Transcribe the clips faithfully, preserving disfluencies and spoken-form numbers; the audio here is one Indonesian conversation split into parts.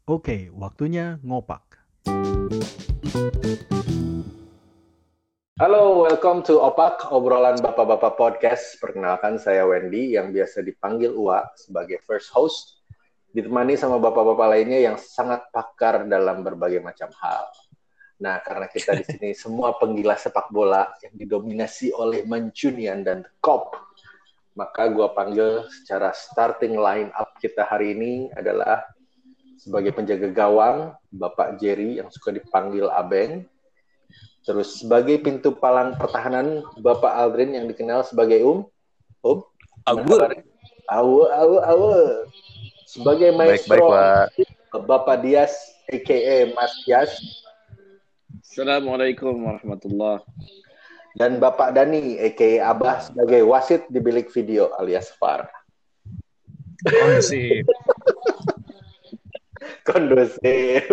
Oke, waktunya ngopak. Halo, welcome to Opak, obrolan bapak-bapak podcast. Perkenalkan, saya Wendy yang biasa dipanggil Uwa sebagai first host, ditemani sama bapak-bapak lainnya yang sangat pakar dalam berbagai macam hal. Nah, karena kita di sini semua penggila sepak bola yang didominasi oleh Mancunian dan The Kop, maka gue panggil secara starting line up kita hari ini adalah sebagai penjaga gawang, Bapak Jerry yang suka dipanggil Abeng. Terus sebagai pintu palang pertahanan, Bapak Aldrin yang dikenal sebagai Um. Um, Agur. Awe, awe, awe. Sebagai maestro, Baik-baik, Bapak Dias, a k a. Mas Dias. Assalamualaikum warahmatullahi. Dan Bapak Dani, a k a. Abah, sebagai wasit di bilik video alias V A R. Kondusif. Kondusif.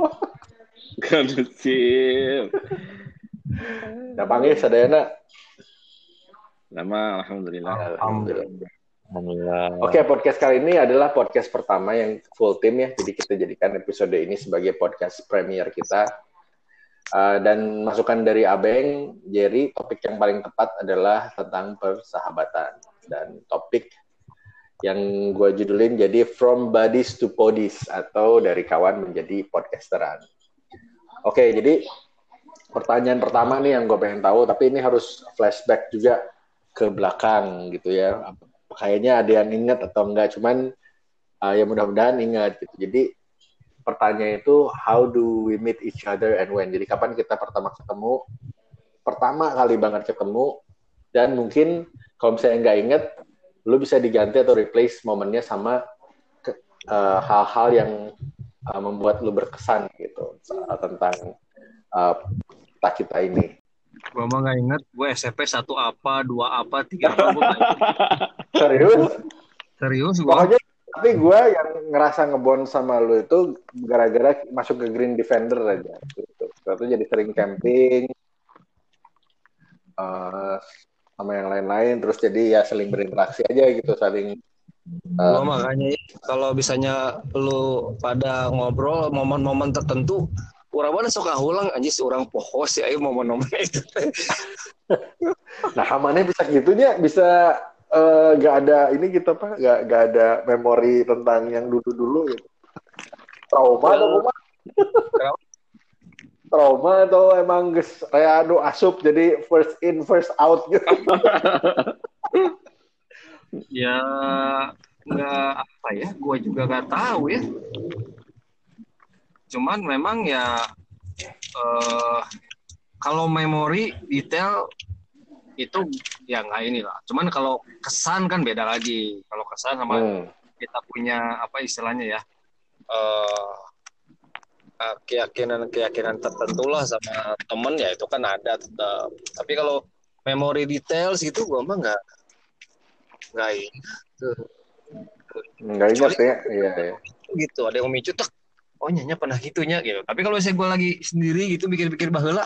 Kondusif. Nah, panggil sadayana. Nama alhamdulillah. Alhamdulillah. Alhamdulillah. Oke, okay, podcast kali ini adalah podcast pertama yang full tim ya. Jadi kita jadikan episode ini sebagai podcast premier kita. Uh, dan masukan dari Abeng, Jerry, topik yang paling tepat adalah tentang persahabatan. Dan topik yang gue judulin jadi From Buddies to Podies, atau dari kawan menjadi podcasteran. Oke, okay, jadi pertanyaan pertama nih yang gue pengen tahu, tapi ini harus flashback juga ke belakang gitu ya. Kayaknya ada yang ingat atau enggak, cuman uh, ya mudah-mudahan ingat gitu. Jadi pertanyaan itu, how do we meet each other and when? Jadi kapan kita pertama ketemu, pertama kali banget ketemu, dan mungkin kalau misalnya nggak inget, lu bisa diganti atau replace momennya sama ke, uh, hal-hal yang uh, membuat lu berkesan gitu uh, tentang uh, kita kita ini. Gue mah gak inget, gue S M P satu apa, dua apa, tiga apa, gue gak inget. Serius? Serius gue. Pokoknya tapi gue yang ngerasa ngebond sama lu itu gara-gara masuk ke Green Defender aja gitu. Terus jadi sering camping uh, sama yang lain-lain, terus jadi ya saling berinteraksi aja gitu, saling uh, Gue makanya kalau bisanya lu pada ngobrol momen-momen tertentu, urang mana sok ulang anjir orang poho sih ayo momen-momen itu. Nah, mana bisa gitunya, bisa uh, gak ada ini gitu apa, gak, gak ada memori tentang yang dulu-dulu gitu. Trauma atau apa? Trauma atau emang geus kayak anu asup jadi first in first out gitu. Ya nggak apa ya, gue juga nggak tahu ya. Cuman memang ya uh, kalau memori detail itu ya nggak inilah. Cuman kalau kesan kan beda lagi. Kalau kesan sama hmm. kita punya apa istilahnya ya uh, uh, keyakinan-keyakinan tertentu lah sama temen ya itu kan ada tetap. Tapi kalau memori details gitu gue mah nggak nggak ingat. Nggak ingat ya, iya ya. Gitu ada yang memicu tuh. Oh nyanya pernah gitunya gitu. Tapi kalau saya gue lagi sendiri gitu mikir-mikir baheula,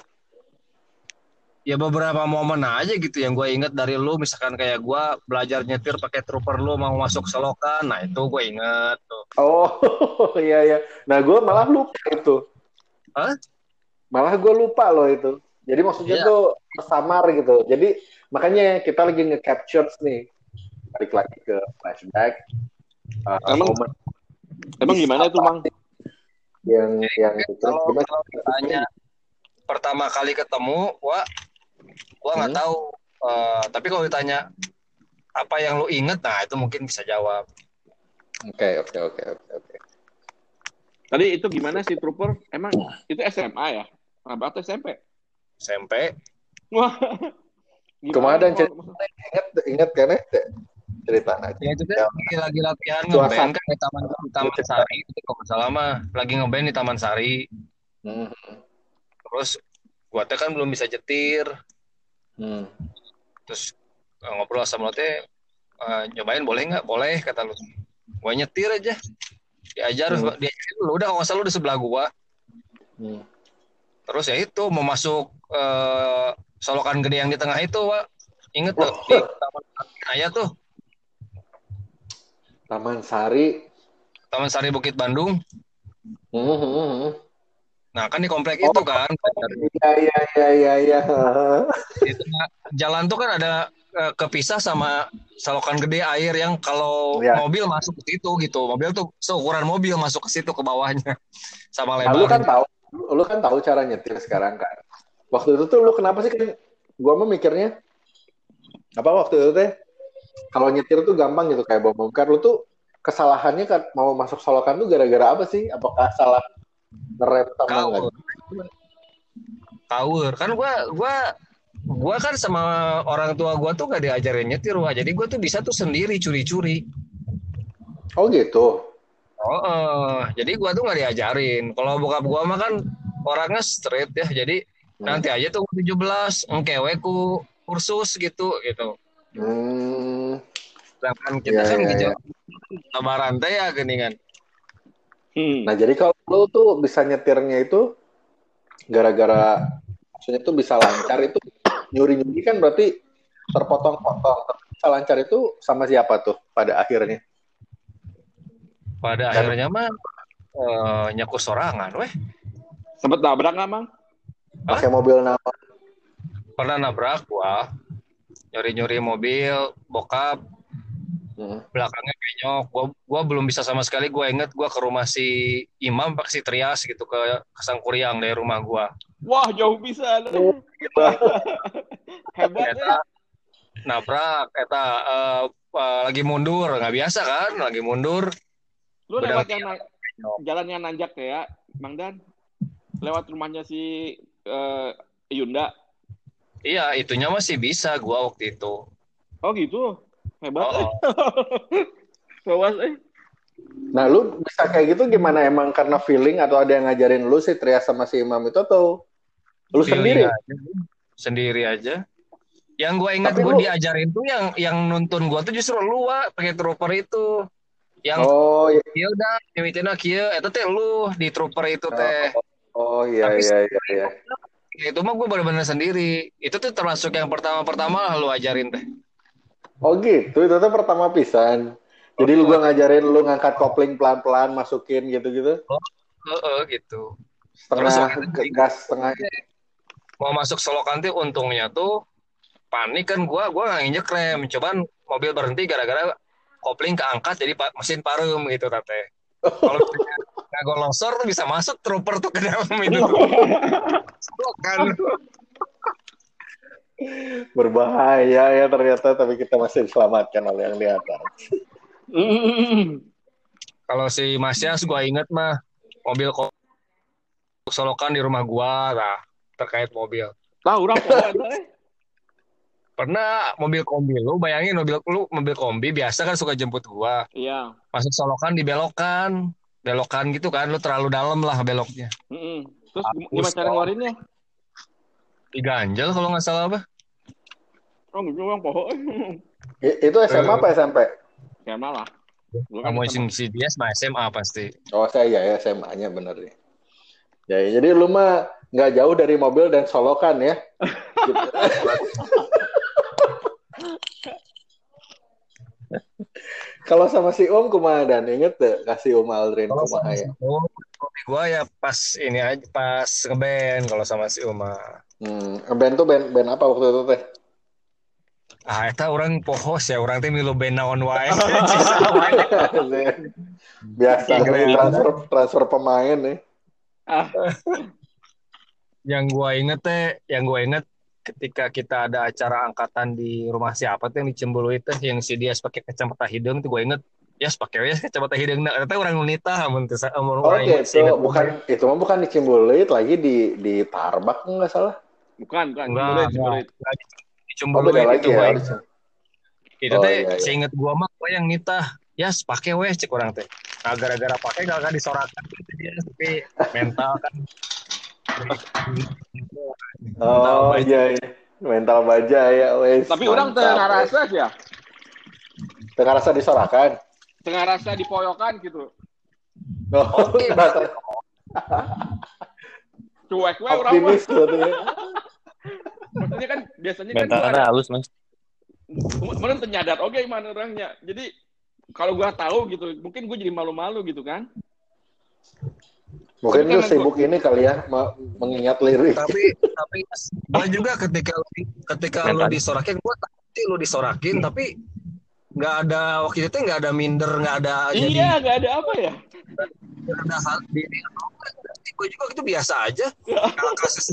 ya beberapa momen aja gitu yang gue inget dari lu. Misalkan kayak gue belajar nyetir pakai trooper lu mau masuk selokan, nah itu gue inget tuh. Oh iya iya. Nah gue malah lupa itu. Hah? Malah gue lupa loh itu. Jadi maksudnya yeah. tuh samar gitu. Jadi makanya kita lagi nge-capture nih. Balik lagi ke flashback. Uh, emang momen. Emang gimana itu Mang? yang yang itu kalau, kalau ditanya pertama kali ketemu gua gua nggak hmm. tahu uh, tapi kalau ditanya apa yang lu inget, nah itu mungkin bisa jawab. Oke oke oke oke oke. Tadi itu gimana sih trooper? Emang itu S M A ya? Apa atau S M P? S M P. Wah. Kemarin cerita inget inget kan ya? Cerita aja. Ya itu kan ya. lagi latihan ngeband kan di Taman di Taman Sari itu kalau nggak salah mah lagi ngeband di Taman Sari. Hmm. Terus gua teh kan belum bisa jetir. Hmm. Terus uh, ngobrol sama lo teh uh, nyobain boleh nggak? Boleh kata lu. Gua nyetir aja. Diajar hmm. diajarin lu udah nggak usah lu di sebelah gua. Hmm. Terus ya itu mau masuk uh, solokan gede yang di tengah itu, Wak. Inget tuh di Taman Raya tuh. Taman Sari. Taman Sari Bukit Bandung. Hmm. Nah kan di komplek Oh, itu kan. iya iya iya iya iya. Itu, jalan tuh kan ada eh, kepisah sama selokan gede air yang kalau Ya. mobil masuk ke situ gitu. Mobil tuh seukuran mobil masuk ke situ ke bawahnya sama Nah, lu kan lebarnya. tahu, lu kan tahu cara nyetir sekarang kan. Waktu itu tuh lu kenapa sih kan? Gua mah mikirnya apa waktu itu teh? Kalau nyetir tuh gampang gitu kayak bom bongkar. Lu tuh kesalahannya kan mau masuk solokan tuh gara-gara apa sih? Apakah salah ngerem sama nggak? Kawur, kawur. Kan gua gua gua kan sama orang tua gua tuh gak diajarin nyetir, wah. Jadi gua tuh bisa tuh sendiri curi-curi. Oh gitu. Oh, eh. Jadi gua tuh nggak diajarin. Kalau bokap gua mah kan orangnya straight ya. Jadi Hmm. nanti aja tuh tujuh belas engkewe ku kursus gitu gitu. Hmm. Sedangkan kita Ya, kan ya, gejala ya. lebaran teh ya geningan. Hmm. Nah jadi kalau lu tuh bisa nyetirnya itu gara-gara maksudnya tuh bisa lancar itu nyuri-nyuri kan berarti terpotong-potong. Tapi bisa lancar itu sama siapa tuh pada akhirnya? Pada Dan akhirnya mah eh, nyakur sorangan, weh. Sempet nabrak nggak, Mang? pakai mobil nama. Pernah nabrak gua, nyuri-nyuri mobil, bokap, Hmm. belakangnya penyok. Gua gua belum bisa sama sekali. Gua inget gua ke rumah si Imam pak si Trias gitu ke ke Sangkuriang dari rumah gua. Wah, jauh bisa. Oh, gila. Hebat Eta ya. nabrak, eta eh, eh, lagi mundur, nggak biasa kan? Lagi mundur. Lu Bedang lewat yang na- penyok. jalan yang nanjak ya, Mang Dan. Lewat rumahnya si eh, Yunda. Iya, itunya masih bisa gua waktu itu. Oh gitu. Hebat. Oh, Eh. Bawas eh. Nah lu bisa kayak gitu gimana emang karena feeling atau ada yang ngajarin lu sih Trias sama si Imam itu atau lu feeling sendiri? aja. Sendiri aja. Yang gue ingat Tapi gue lu diajarin tuh yang yang nuntun gue tuh justru lu, Wak, pakai trooper itu. Yang oh iya. ya udah mimitina kieu eta teh lu di trooper itu teh. Oh iya Tapi iya iya iya. itu mah gue benar-benar sendiri. Itu tuh termasuk yang pertama-pertama lah lu ajarin teh. Oh gitu, itu tuh pertama pisan. Jadi lu gua ngajarin lu ngangkat kopling pelan-pelan masukin gitu-gitu. Oh, oh, oh, gitu. Terus Setengah waktu ke- itu gas setengah. mau masuk solokan tuh untungnya tuh panik kan gue gue nggak nginjek rem. Cobaan mobil berhenti gara-gara kopling keangkat jadi pa- mesin parum gitu tete. Kalau nggak gue longsor tuh bisa masuk trooper tuh ke dalam itu kan. Berbahaya ya ternyata tapi kita masih diselamatkan oleh yang di atas. Kalau si Mas Yas gue inget mah mobil ko- solokan di rumah gua lah terkait mobil. Tahu orang pohon eh. Pernah mobil kombi lu bayangin mobil lu mobil kombi biasa kan suka jemput gua. Iya. Masuk solokan dibelokan. Belokan gitu kan lu terlalu dalam lah beloknya. Mm-mm. Terus gimana cara ngeluarinnya? Diganjel kalau nggak salah apa? Oh, gitu orang pohon. I- itu S M A apa S M P? Ya malah. Gua kan Kamu sama- si dia sama S M A pasti. Oh saya ya, ya S M A-nya bener nih. Ya, ya, jadi lu mah nggak jauh dari mobil dan solokan ya. Gitu. Kalau sama si Om kumaha dan inget tuh kasih Om Aldrin Kalau kumaha sama ya. si Om, gua ya pas ini aja pas ngeband kalau sama si Uma. Hmm, band tuh band band apa waktu itu teh? Ah, eta orang pohos ya, orang teh milu band naon wae. Biasa transfer transfer pemain nih. Ah. Yang gua inget teh, yang gua inget ketika kita ada acara angkatan di rumah siapa tuh yang di Cembulu itu yang si Dias pakai kacamata hidung tuh gua inget. Ya, yes, pakai ya kacamata hidung. Nah, ternyata orang wanita amun teh Oh orang gitu, bukan itu mah bukan di Cimbulit lagi di di Tarbak nggak salah. Bukan, bukan. Enggak, Cimbulit, enggak. Cimbulit. Di Cembulu Oh, beda lagi itu ya. gua Di inget. Itu Oh, teh iya, iya. seinget gua mah gua yang nitah. Ya, yes, pakai weh cek orang teh. Nah, gara-gara pakai gak akan disorakan gitu dia, tapi mental kan. Oh iya, iya. Mental baja ya, wes. Tapi orang tengah rasa ya. Tengah rasa disorakan. Tengah rasa dipoyokan gitu. Oh, Oke, rasa Cuek we orang mah. optimis berarti. Maksudnya kan biasanya kan mentalnya halus mas. Mana ternyadar oke mana orangnya. Jadi kalau gua tahu gitu, mungkin gua jadi malu-malu gitu kan. Mungkin lu sibuk ini kali ya mengingat lirik. Tapi tapi gue juga ketika ketika lu disorakin, gue pasti lu disorakin, tapi nggak ada waktu itu nggak ada minder, nggak ada iya, jadi nggak ada apa ya? Nggak ada hal diri. Gue juga itu biasa aja. Kalau kasus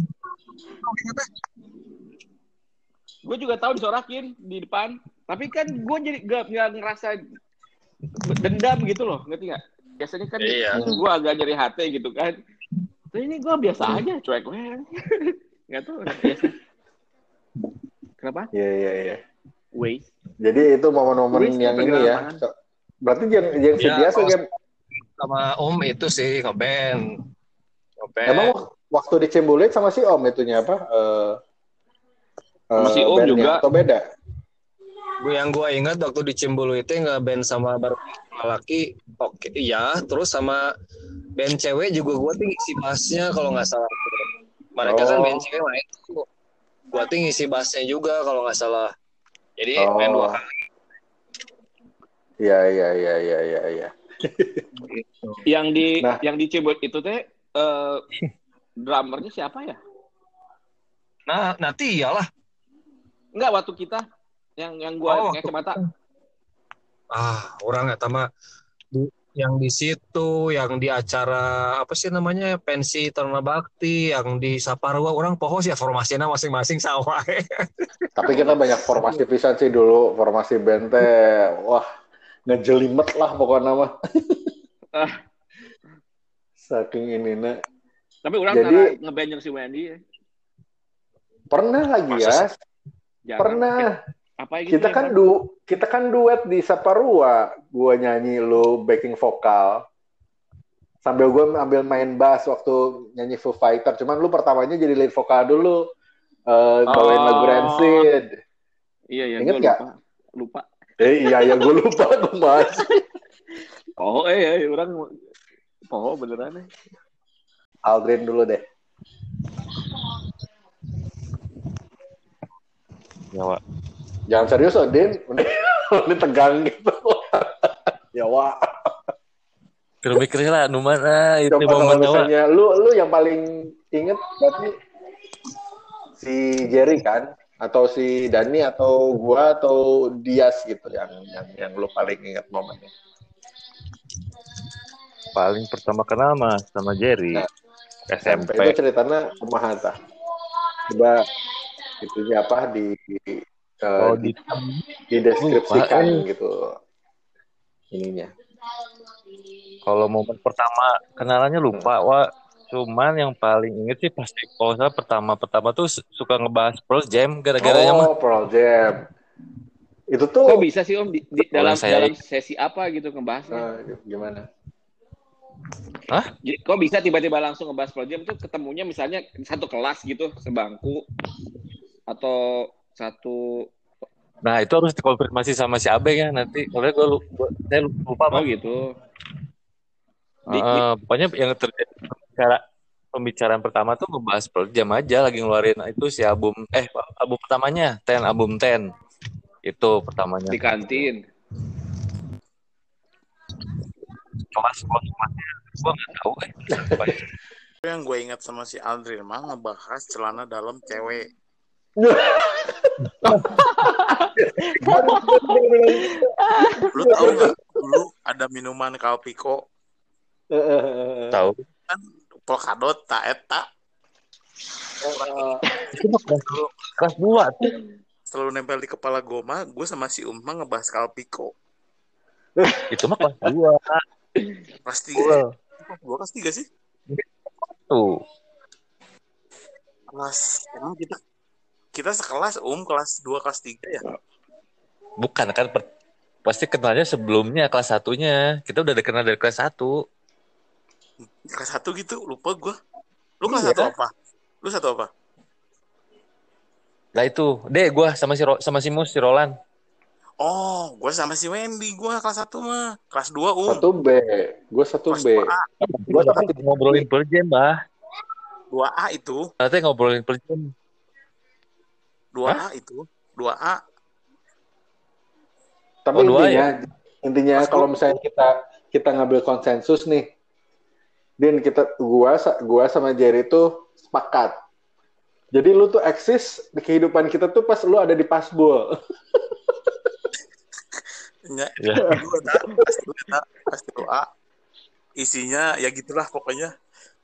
gue juga tahu disorakin di depan, tapi kan gue jadi gak, gak ngerasa dendam gitu loh, ngerti nggak? Biasanya kan iya. gue agak nyeri hati gitu kan. Tapi ini gue biasa aja, cuek gue. Nggak tahu, biasa. Kenapa? Iya, iya, iya. Wait. Jadi itu momen-momen yang ini ya. Berarti yang yang ya, biasa kan sama Om itu sih ngeband. Ngeband. Emang waktu di Cimbulit sama si Om itunya apa? Uh, sama si Om juga atau beda? Gue yang gue ingat waktu di Cimbulu itu ngeband sama baru laki, oke, okay, iya. Terus sama band cewek juga gue tuh ngisi bassnya kalau nggak salah. Mereka oh. kan band cewek main tuh. Gue tuh ngisi bassnya juga kalau nggak salah. Jadi oh. main dua kali. Iya iya iya iya iya. Ya. yang di nah. yang di Cimbulu itu teh uh, drummernya siapa ya? Nah nanti iyalah. Enggak waktu kita yang yang gua oh, yang kacamata. Ah orang ya sama yang di situ, yang di acara apa sih namanya pensi Taruna Bakti, yang di Saparua orang pohos ya formasinya masing-masing sama. Tapi kita banyak formasi pisan sih dulu, formasi bente, wah ngejelimet lah pokoknya mah. Saking ini nak. Tapi orang jadi ngeband si Wendy. Ya. Pernah lagi ya. Jarang. Pernah. Apa gitu kita kan du kita kan duet di Saparua, gua nyanyi lu backing vokal sambil gua ambil main bass waktu nyanyi Foo Fighter. Cuman lu pertamanya jadi lead vokal dulu, uh, bawain oh. lagu Rancid. Iya iya. Ingat nggak? Lupa. lupa. Eh iya ya gua lupa gua masih. Oh eh, eh orang oh beneran. Aldrin dulu deh. Ya, Wak. Jangan serius, Odin. Ini tegang gitu. Ya, Wak. Mikir-mikir lah, nu mana itu momen misalnya, lu lu yang paling inget berarti si Jerry kan? Atau si Dani atau gua atau Dias gitu yang yang yang lu paling inget momennya. Paling pertama kenal mah sama Jerry. Nah, S M P. Itu ceritanya kumaha tah? Coba itunya apa di, di Uh, oh, di, di deskripsikan lupa, gitu ininya. Kalau momen pertama kenalannya lupa, hmm. Wah. Cuman yang paling inget sih pasti kalau saya pertama-pertama tuh suka ngebahas Pearl Jam gara-garanya oh, mah. Oh, Pearl Jam. Itu tuh kok bisa sih Om di, di dalam saya... dalam sesi apa gitu ngebahasnya? Uh, gimana? Hah? Kok bisa tiba-tiba langsung ngebahas Pearl Jam itu ketemunya misalnya satu kelas gitu, sebangku atau satu. Nah itu harus dikonfirmasi sama si Abeng ya nanti. Soalnya gue lupa, saya lupa oh, gitu. Di, uh, di... Pokoknya yang terjadi pembicara, pembicaraan pertama tuh ngebahas Pearl Jam aja lagi ngeluarin itu si album eh album pertamanya Ten album Ten itu pertamanya di kantin. Kelas kelasnya gue nggak tahu eh. Yang gue ingat sama si Aldrin mah ngebahas celana dalam cewek. Lu tahu nggak dulu ada minuman Kalpiko? Tahu kan polkadot tak eta itu mah kelas dua tuh selalu nempel di kepala gue mah gue sama si Umma ngebahas Kalpiko. Itu mah kelas dua kelas tiga gue kelas tiga sih tuh kelas emang kita kita sekelas um kelas dua kelas tiga ya bukan kan per, pasti kenalnya sebelumnya kelas satunya kita udah dikenal dari kelas satu kelas satu gitu lupa gue lu kelas iya. satu apa lu satu apa lah itu deh gue sama si Ro, sama si Mus si Roland oh gue sama si Wendy gue kelas satu mah kelas dua um satu B gue satu B gue tapi ngobrolin Pearl Jam bah dua A itu nanti ngobrolin Pearl Jam dua A itu dua A tapi oh, intinya ya? intinya kalau misalnya kita kita ngambil konsensus nih Din, kita gua gua sama Jerry tuh sepakat. Jadi lu tuh eksis di kehidupan kita tuh pas lu ada di Pasbul. Ya, ya. Dua tak, pasti dua tak, pasti doa. Isinya ya gitulah pokoknya.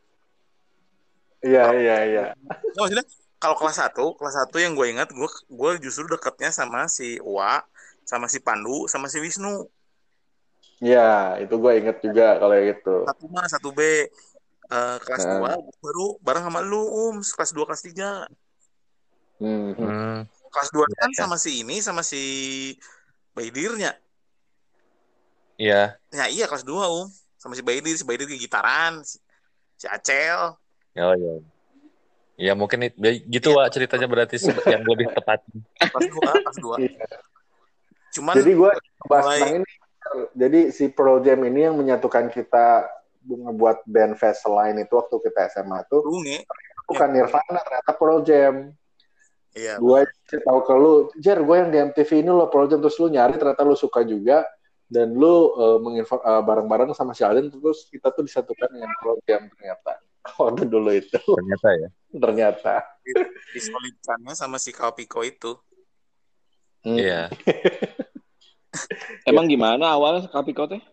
Iya, iya, iya. Nah, maksudnya kalau kelas satu, kelas satu yang gue ingat, gue gue justru dekatnya sama si Uwa, sama si Pandu, sama si Wisnu. Iya, itu gue inget juga kalau itu. Satu mah, satu B. Uh, kelas nah. dua baru bareng sama lu, Um. Kelas dua, kelas tiga. Hmm. Hmm. Kelas dua kan ya. Sama si ini, sama si Baidirnya. Iya. Ya iya, kelas dua, Um. Sama si Baidir, si Baidir gitaran, si, si Acel. Oh iya. Ya mungkin gitu Wak, ceritanya berarti yang lebih tepat. Kelas dua, kelas dua. Cuman jadi gue bahas mulai... tentang ini. Jadi si Pearl Jam ini yang menyatukan kita ngebuat band Vaseline itu waktu kita S M A tuh Runge. bukan ya. Nirvana, ternyata Pearl Jam. Iya. Gue tahu ke lu, Jer, gue yang di M T V ini lo Pearl Jam, terus lu nyari ternyata lu suka juga dan lu uh, menginfo uh, bareng-bareng sama si Alden, terus kita tuh disatukan dengan Pearl Jam ternyata. Waktu dulu itu. Ternyata ya. Ternyata. Disolidkannya sama si Kalpiko itu. Iya. Hmm. Emang gimana awalnya Kalpiko teh?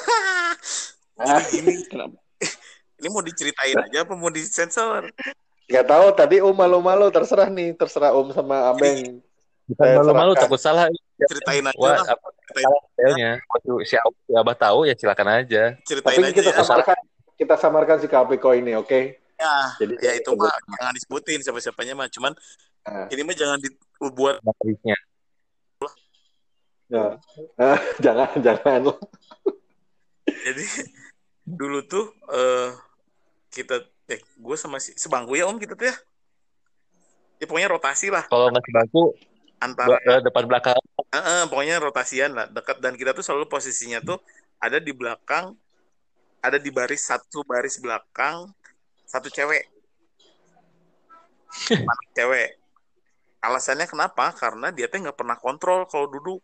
Ini, kenapa? Ini mau diceritain aja apa mau disensor? Gak tahu, tadi Om malu-malu, terserah nih, terserah Om sama Abeng. Bukan malu-malu, takut salah. Ceritain aja Wah, lah. Apa, ceritain si Abah tahu ya silakan aja. Ceritain Tapi aja kita ya. samarkan, kita samarkan si Kalpiko ini, oke? Okay? Ya, jadi ya itu mah jangan disebutin siapa-siapanya mah, cuman nah. Ini mah jangan dibuat baterainya. Ya. Nah, jangan, jangan. Jadi dulu tuh uh, kita eh gue sama si sebangku ya Om kita tuh ya. Ya pokoknya rotasi lah. Kalau nggak sebangku antara uh, depan belakang. Uh, uh, pokoknya rotasian lah, dekat, dan kita tuh selalu posisinya tuh ada di belakang, ada di baris satu baris belakang satu cewek. Cewek. Alasannya kenapa? Karena dia tuh nggak pernah kontrol kalau duduk.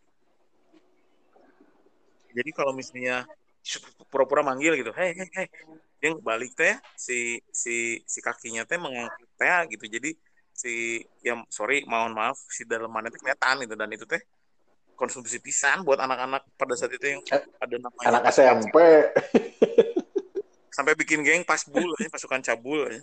Jadi kalau misalnya pura-pura manggil gitu, hei hei hei, dia balik teh si si si kakinya teh mengangkat teh gitu. Jadi si yang sorry mohon maaf si dalamannya teh kelihatan gitu, dan itu teh konsumsi pisan buat anak-anak pada saat itu yang ada namanya anak S M P. Sampai bikin geng Pasbul aja, pasukan cabul aja.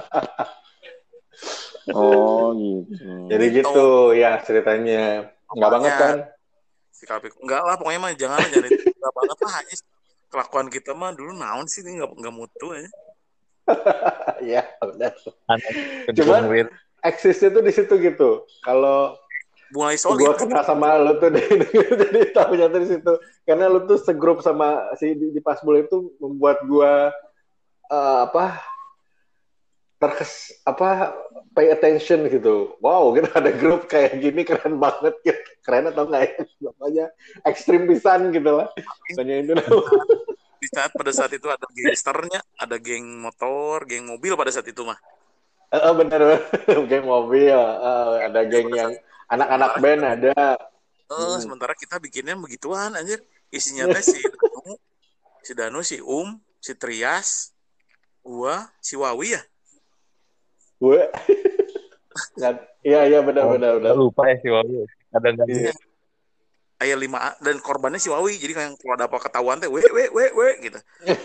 Oh gitu. Jadi gitu, gitu ya ceritanya. Enggak banget kan? Si Kalpiko. Enggak lah, pokoknya mah jangan lah, jangan enggak banget lah. Kelakuan kita mah dulu naon sih, ini enggak enggak mutu aja. Ya, udah. Cuman eksisnya tuh di situ gitu. Kalau mulai solid. Gua kenal sama lu tuh jadi tahunya tuh di situ. Karena lu tuh segrup sama si di, di Pasbul itu membuat gua uh, apa terkes apa pay attention gitu. Wow, kita ada grup kayak gini keren banget gitu. Keren atau enggak ya? Namanya ekstrim pisan gitu lah. Tanya itu. Di saat pada saat itu ada gangsternya, ada geng motor, geng mobil pada saat itu mah. Eh uh, bener, geng mobil, uh, ada geng yang anak-anak band ada. Uh, hmm. Sementara kita bikinnya begituan anjir. Isinya teh si Danu, si Danu, si Um, si Trias, gua, si Wawi ya. Gue. Iya iya benar benar benar. Lupa ya si Wawi. Ada enggak? Iya. Ayah lima dan korbannya si Wawi. Jadi kalau kalau ada apa ketahuan teh we we we we gitu.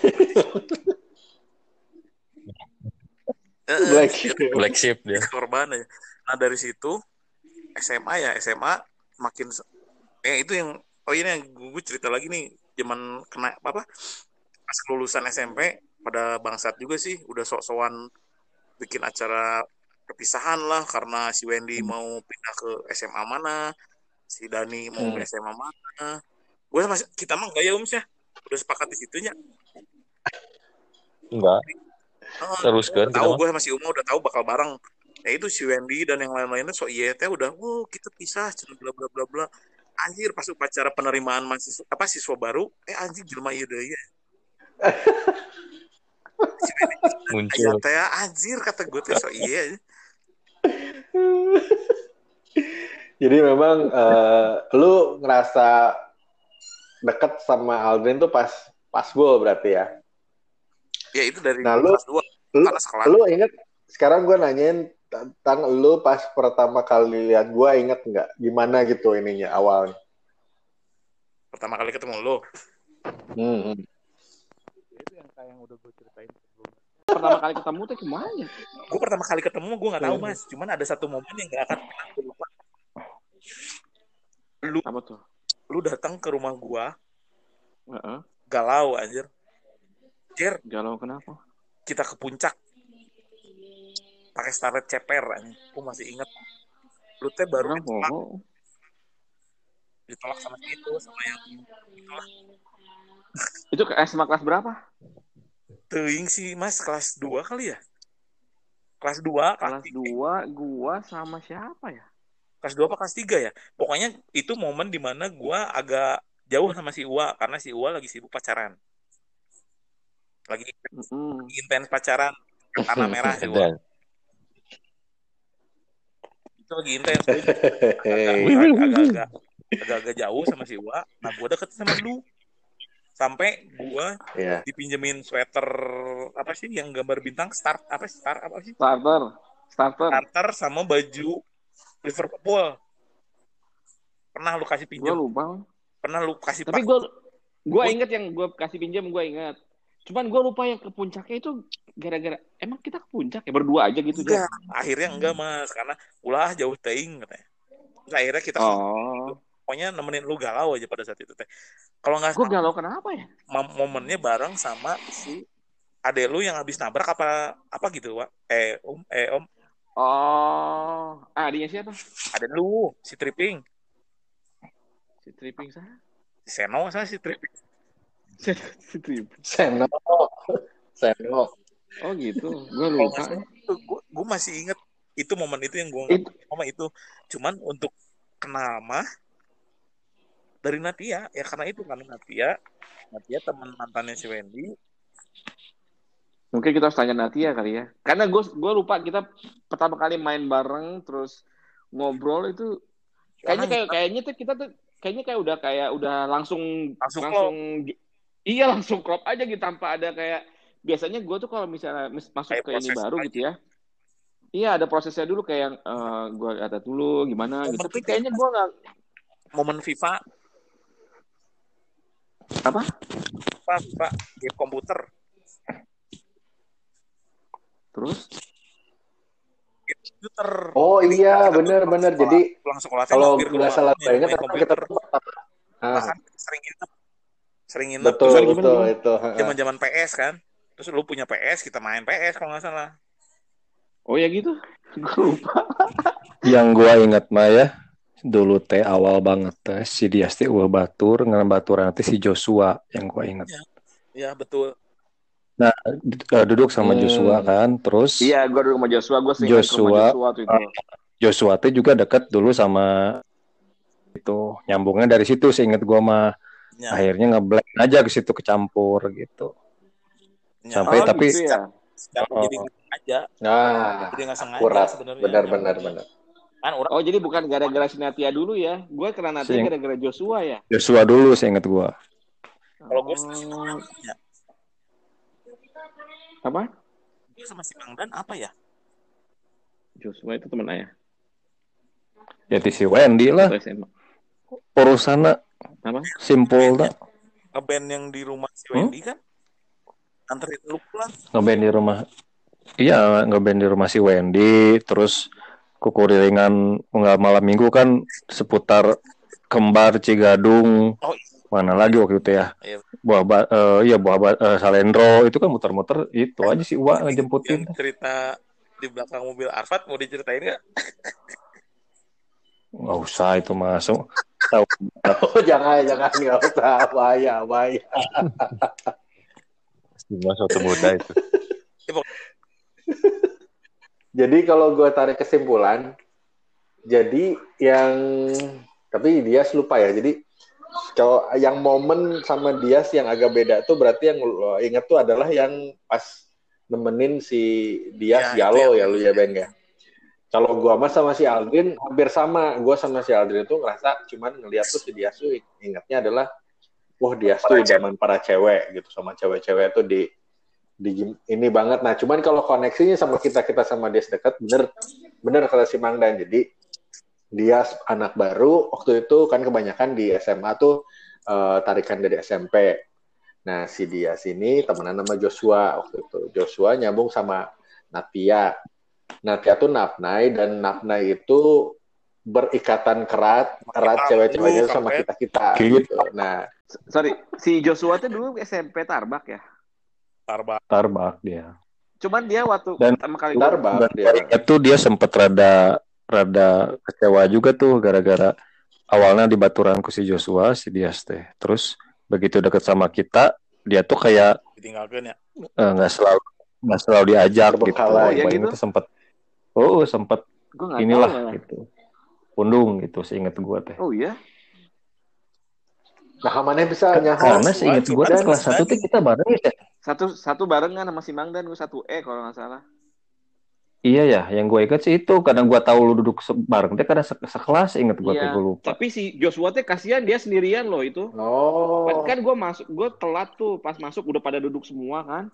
Black sheep. Black sheep dia. Korban aja. Nah dari situ S M A ya, S M A makin eh itu yang oh ini yang gue cerita lagi nih, zaman kena apa pas kelulusan S M P pada bangsat juga sih, udah sok-sokan bikin acara perpisahan lah karena si Wendy hmm. mau pindah ke S M A mana, si Dani mau hmm. ke S M A mana. Gue masih kita mah enggak ya Ums ya, udah sepakat di situnya. Enggak. Oh, terus kan tahu gue masih umur udah tahu bakal bareng. Ya itu si Wendy dan yang lain-lainnya so iya teh udah, "Wow, kita pisah," bla bla bla bla. Anjir pas upacara penerimaan mahasiswa apa siswa baru, eh anjing jelema ieu deui ya. Si Wendy muncul. Teh anjir kata gue teh so iya. Jadi memang uh, lu ngerasa deket sama Aldrin tuh pas pas gol berarti ya. Ya itu dari nah, lu, kelas dua. Lu, lu inget, sekarang gue nanyain tentang lu pas pertama kali lihat gue, inget nggak gimana gitu ininya awalnya? Pertama kali ketemu lu? Hmm. Itu yang kayak yang udah gue ceritain sebelumnya. Pertama kali ketemu tuh kemana? Gue pertama kali ketemu gue nggak tahu mas, cuman ada satu momen yang nggak akan pernah gue lupa. Lu, apa tuh? Lu datang ke rumah gue, uh-uh. galau anjir. Jer, galau kenapa? Kita ke puncak, pakai starlet ceper, anjir. Gue masih inget. Lu teh baru ditolak, oh. ditolak sama itu, sama yang itulah. Itu ke S M A kelas berapa? Teuing sih mas, kelas dua kali ya? Kelas dua, kelas dua, gua sama siapa ya? Kelas dua apa kelas tiga ya? Pokoknya itu momen dimana gua agak jauh sama si Uwa, karena si Uwa lagi sibuk pacaran. Lagi mm-hmm. intens pacaran, tanah merah si Uwa. Itu lagi intens. Agak-agak agak-agak jauh sama si Uwa. Nah gua deket sama lu. Sampai gua yeah. dipinjemin sweater apa sih yang gambar bintang start apa sih start apa sih starter starter starter sama baju Liverpool. Pernah lu kasih pinjam? Gua lupa. Pernah lu kasih tapi gua gua inget yang gua kasih pinjam, gua inget. Cuman gua lupa yang ke puncaknya itu gara-gara emang kita ke puncak ya berdua aja gitu. Enggak, aja. Akhirnya enggak mas, karena ulah jauh teuing katanya. Terus akhirnya kita oh. pokoknya nemenin lu galau aja pada saat itu teh. Kalau nggak gue galau kenapa ya? Momennya bareng sama si ade lu yang habis nabrak apa apa gitu, Wak. Eh, Om, eh Om. Oh, ah, adiknya siapa? Ade lu, si Tripping. Si Tripping sana? Si Seno sana si Tripping. si Tripping. Seno. Seno. Oh gitu. Gue lupa. Gue gue masih inget itu momen itu yang gue It... momen itu. Cuman untuk kenal mah dari Natia, ya karena itu kan Natia, Natia teman mantannya si Wendy. Mungkin kita harus tanya Natia kali ya, karena gue gue lupa kita pertama kali main bareng terus ngobrol itu kayaknya kayak kayaknya tuh kita tuh kayaknya kayak udah kayak udah langsung langsung, langsung iya langsung klop aja gitu tanpa ada kayak biasanya gue tuh kalau misalnya masuk kayak ke ini baru aja. Gitu ya, iya ada prosesnya dulu kayak uh, gue kata dulu gimana momen gitu, tapi kayaknya gue nggak momen FIFA. Apa? Pak, Pak, game komputer. Terus? Game komputer. Oh iya, benar-benar. Jadi kalau nggak salah banget komputer. Bahkan sering nginep. Sering nginep. Betul, terus betul itu. Zaman-zaman P S kan. Terus lu punya P S, kita main P S kalau nggak salah. Oh ya gitu? Gue lupa. Yang gua ingat mah ya, dulu teh awal banget teh si Dias teh ulah batur ngan baturan teh si Joshua yang gua ingat. Ya, ya betul. Nah, duduk sama hmm. Joshua kan, terus iya, gua duduk sama Joshua, gua sering Joshua, Joshua tuh itu. Joshua teh juga dekat dulu sama itu, nyambungnya dari situ seingat gua mah. Ya. Akhirnya ngeblank aja ke situ kecampur gitu. Ya. Sampai oh, tapi gitu ya? Oh. Jadi aja. Nah, jadi nggak sengaja akurat. Sebenarnya. Benar-benar benar. Oh jadi bukan gara-gara si Natia dulu ya? Gue kena Natia Sing. gara-gara Joshua ya? Joshua dulu saya ingat gue. Kalau gue oh. ya. Apa? Gue sama si Bang Dan apa ya? Joshua itu teman ayah. Ya si Wendy lah. Urusannya apa? Simpul tak? Ngeband yang di rumah si Wendy hmm? kan? Anterin lu pulang. Ngeband di rumah. Iya ngeband di rumah si Wendy. Terus kukuriringan enggak malam minggu kan seputar Kembar Cigadung oh, mana lagi waktu itu ya iya. buah ba- uh, iya buah ba- uh, Salendro itu kan muter-muter itu aja si Uwa ngejemputin yang cerita di belakang mobil Arfat mau diceritain nggak? Nggak usah itu masuk tahu oh, jangan jangan nggak usah bahaya bahaya semua suatu muda itu. Jadi kalau gue tarik kesimpulan, jadi yang tapi Dias lupa ya. Jadi kalau yang momen sama Dias yang agak beda tuh berarti yang lo ingat tuh adalah yang pas nemenin si Dias ya, galau ya, ya lu ya Ben ya. Kalau gue sama sama si Aldrin hampir sama. Gue sama si Aldrin tuh ngerasa cuman ngeliat tuh si Dias tuh ingatnya adalah wah Dias tuh zaman para cewek gitu sama cewek-cewek tuh di di ini banget. Nah, cuman kalau koneksinya sama kita-kita sama dia dekat, bener bener kata si Mangdan. Jadi dia anak baru, waktu itu kan kebanyakan di S M A tuh uh, tarikan dari S M P. Nah, si dia sini temenan sama Joshua waktu itu. Joshua nyambung sama Natia. Natia tuh Napnai, dan Napnai itu berikatan kerat, erat cewek-ceweknya sama kita-kita. Gitu. Nah, sorry, si Joshua tuh dulu S M P Tarbak ya? Tarbak. Tarbak dia. Cuman dia waktu dan pertama kali Tarbak dia. Itu dia sempet rada rada kecewa juga tuh gara-gara awalnya di baturan ku si Joshua, si Dias teh. Terus begitu deket sama kita, dia tuh kayak ditinggalkan ya. uh, nggak uh, selalu nggak selalu diajak gitu. Oh, ya gitu. Itu sempet oh sempet inilah tahu, ya. Gitu. Pundung gitu seingat gua teh. Oh iya. Nah, mana bisa nyaho? Karena seingat gua kan kelas satu tuh kita bareng ya. Satu satu barengan sama si Mangdan, gua satu E kalau nggak salah. Iya ya, yang gue ingat sih itu karena gue tahu lu duduk bareng teh karena se- sekelas inget gue iya, teh gue lupa. Tapi si Joshua teh kasihan dia sendirian loh itu. Oh. Kan gue masuk, gue telat tuh pas masuk udah pada duduk semua kan.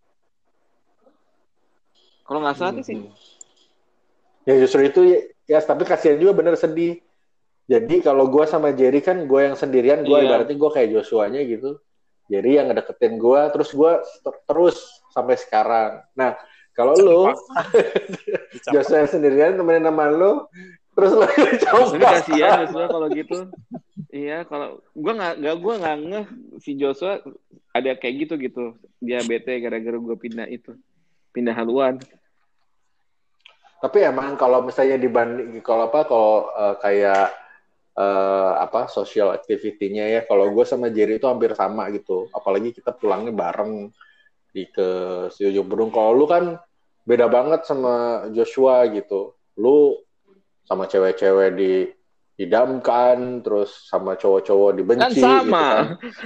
Kalau nggak salah hmm. sih. Ya justru itu ya, tapi kasihan juga bener sedih. Jadi kalau gue sama Jerry kan gue yang sendirian, gue iya. Ibaratnya gue kayak Joshua-nya gitu. Jerry yang ngedeketin gue, terus gue terus sampai sekarang. Nah. Kalau lu, Joshua yang sendirian temenin sama lu, terus lu coba. Tapi kasihan Joshua kalau gitu. Iya, kalau gue nggak nggak gue nggak ngeh si Joshua ada kayak gitu gitu. Dia bete gara-gara gue pindah itu, pindah haluan. Tapi emang kalau misalnya dibanding kalau apa kalau uh, kayak uh, apa social activity-nya ya, kalau gue sama Jerry itu hampir sama gitu. Apalagi kita pulangnya bareng. Di ke si Ujung Berung. Kalau lu kan beda banget sama Joshua gitu. Lu sama cewek-cewek di didamkan, terus sama cowok-cowok dibenci. Kan sama. Gitu kan.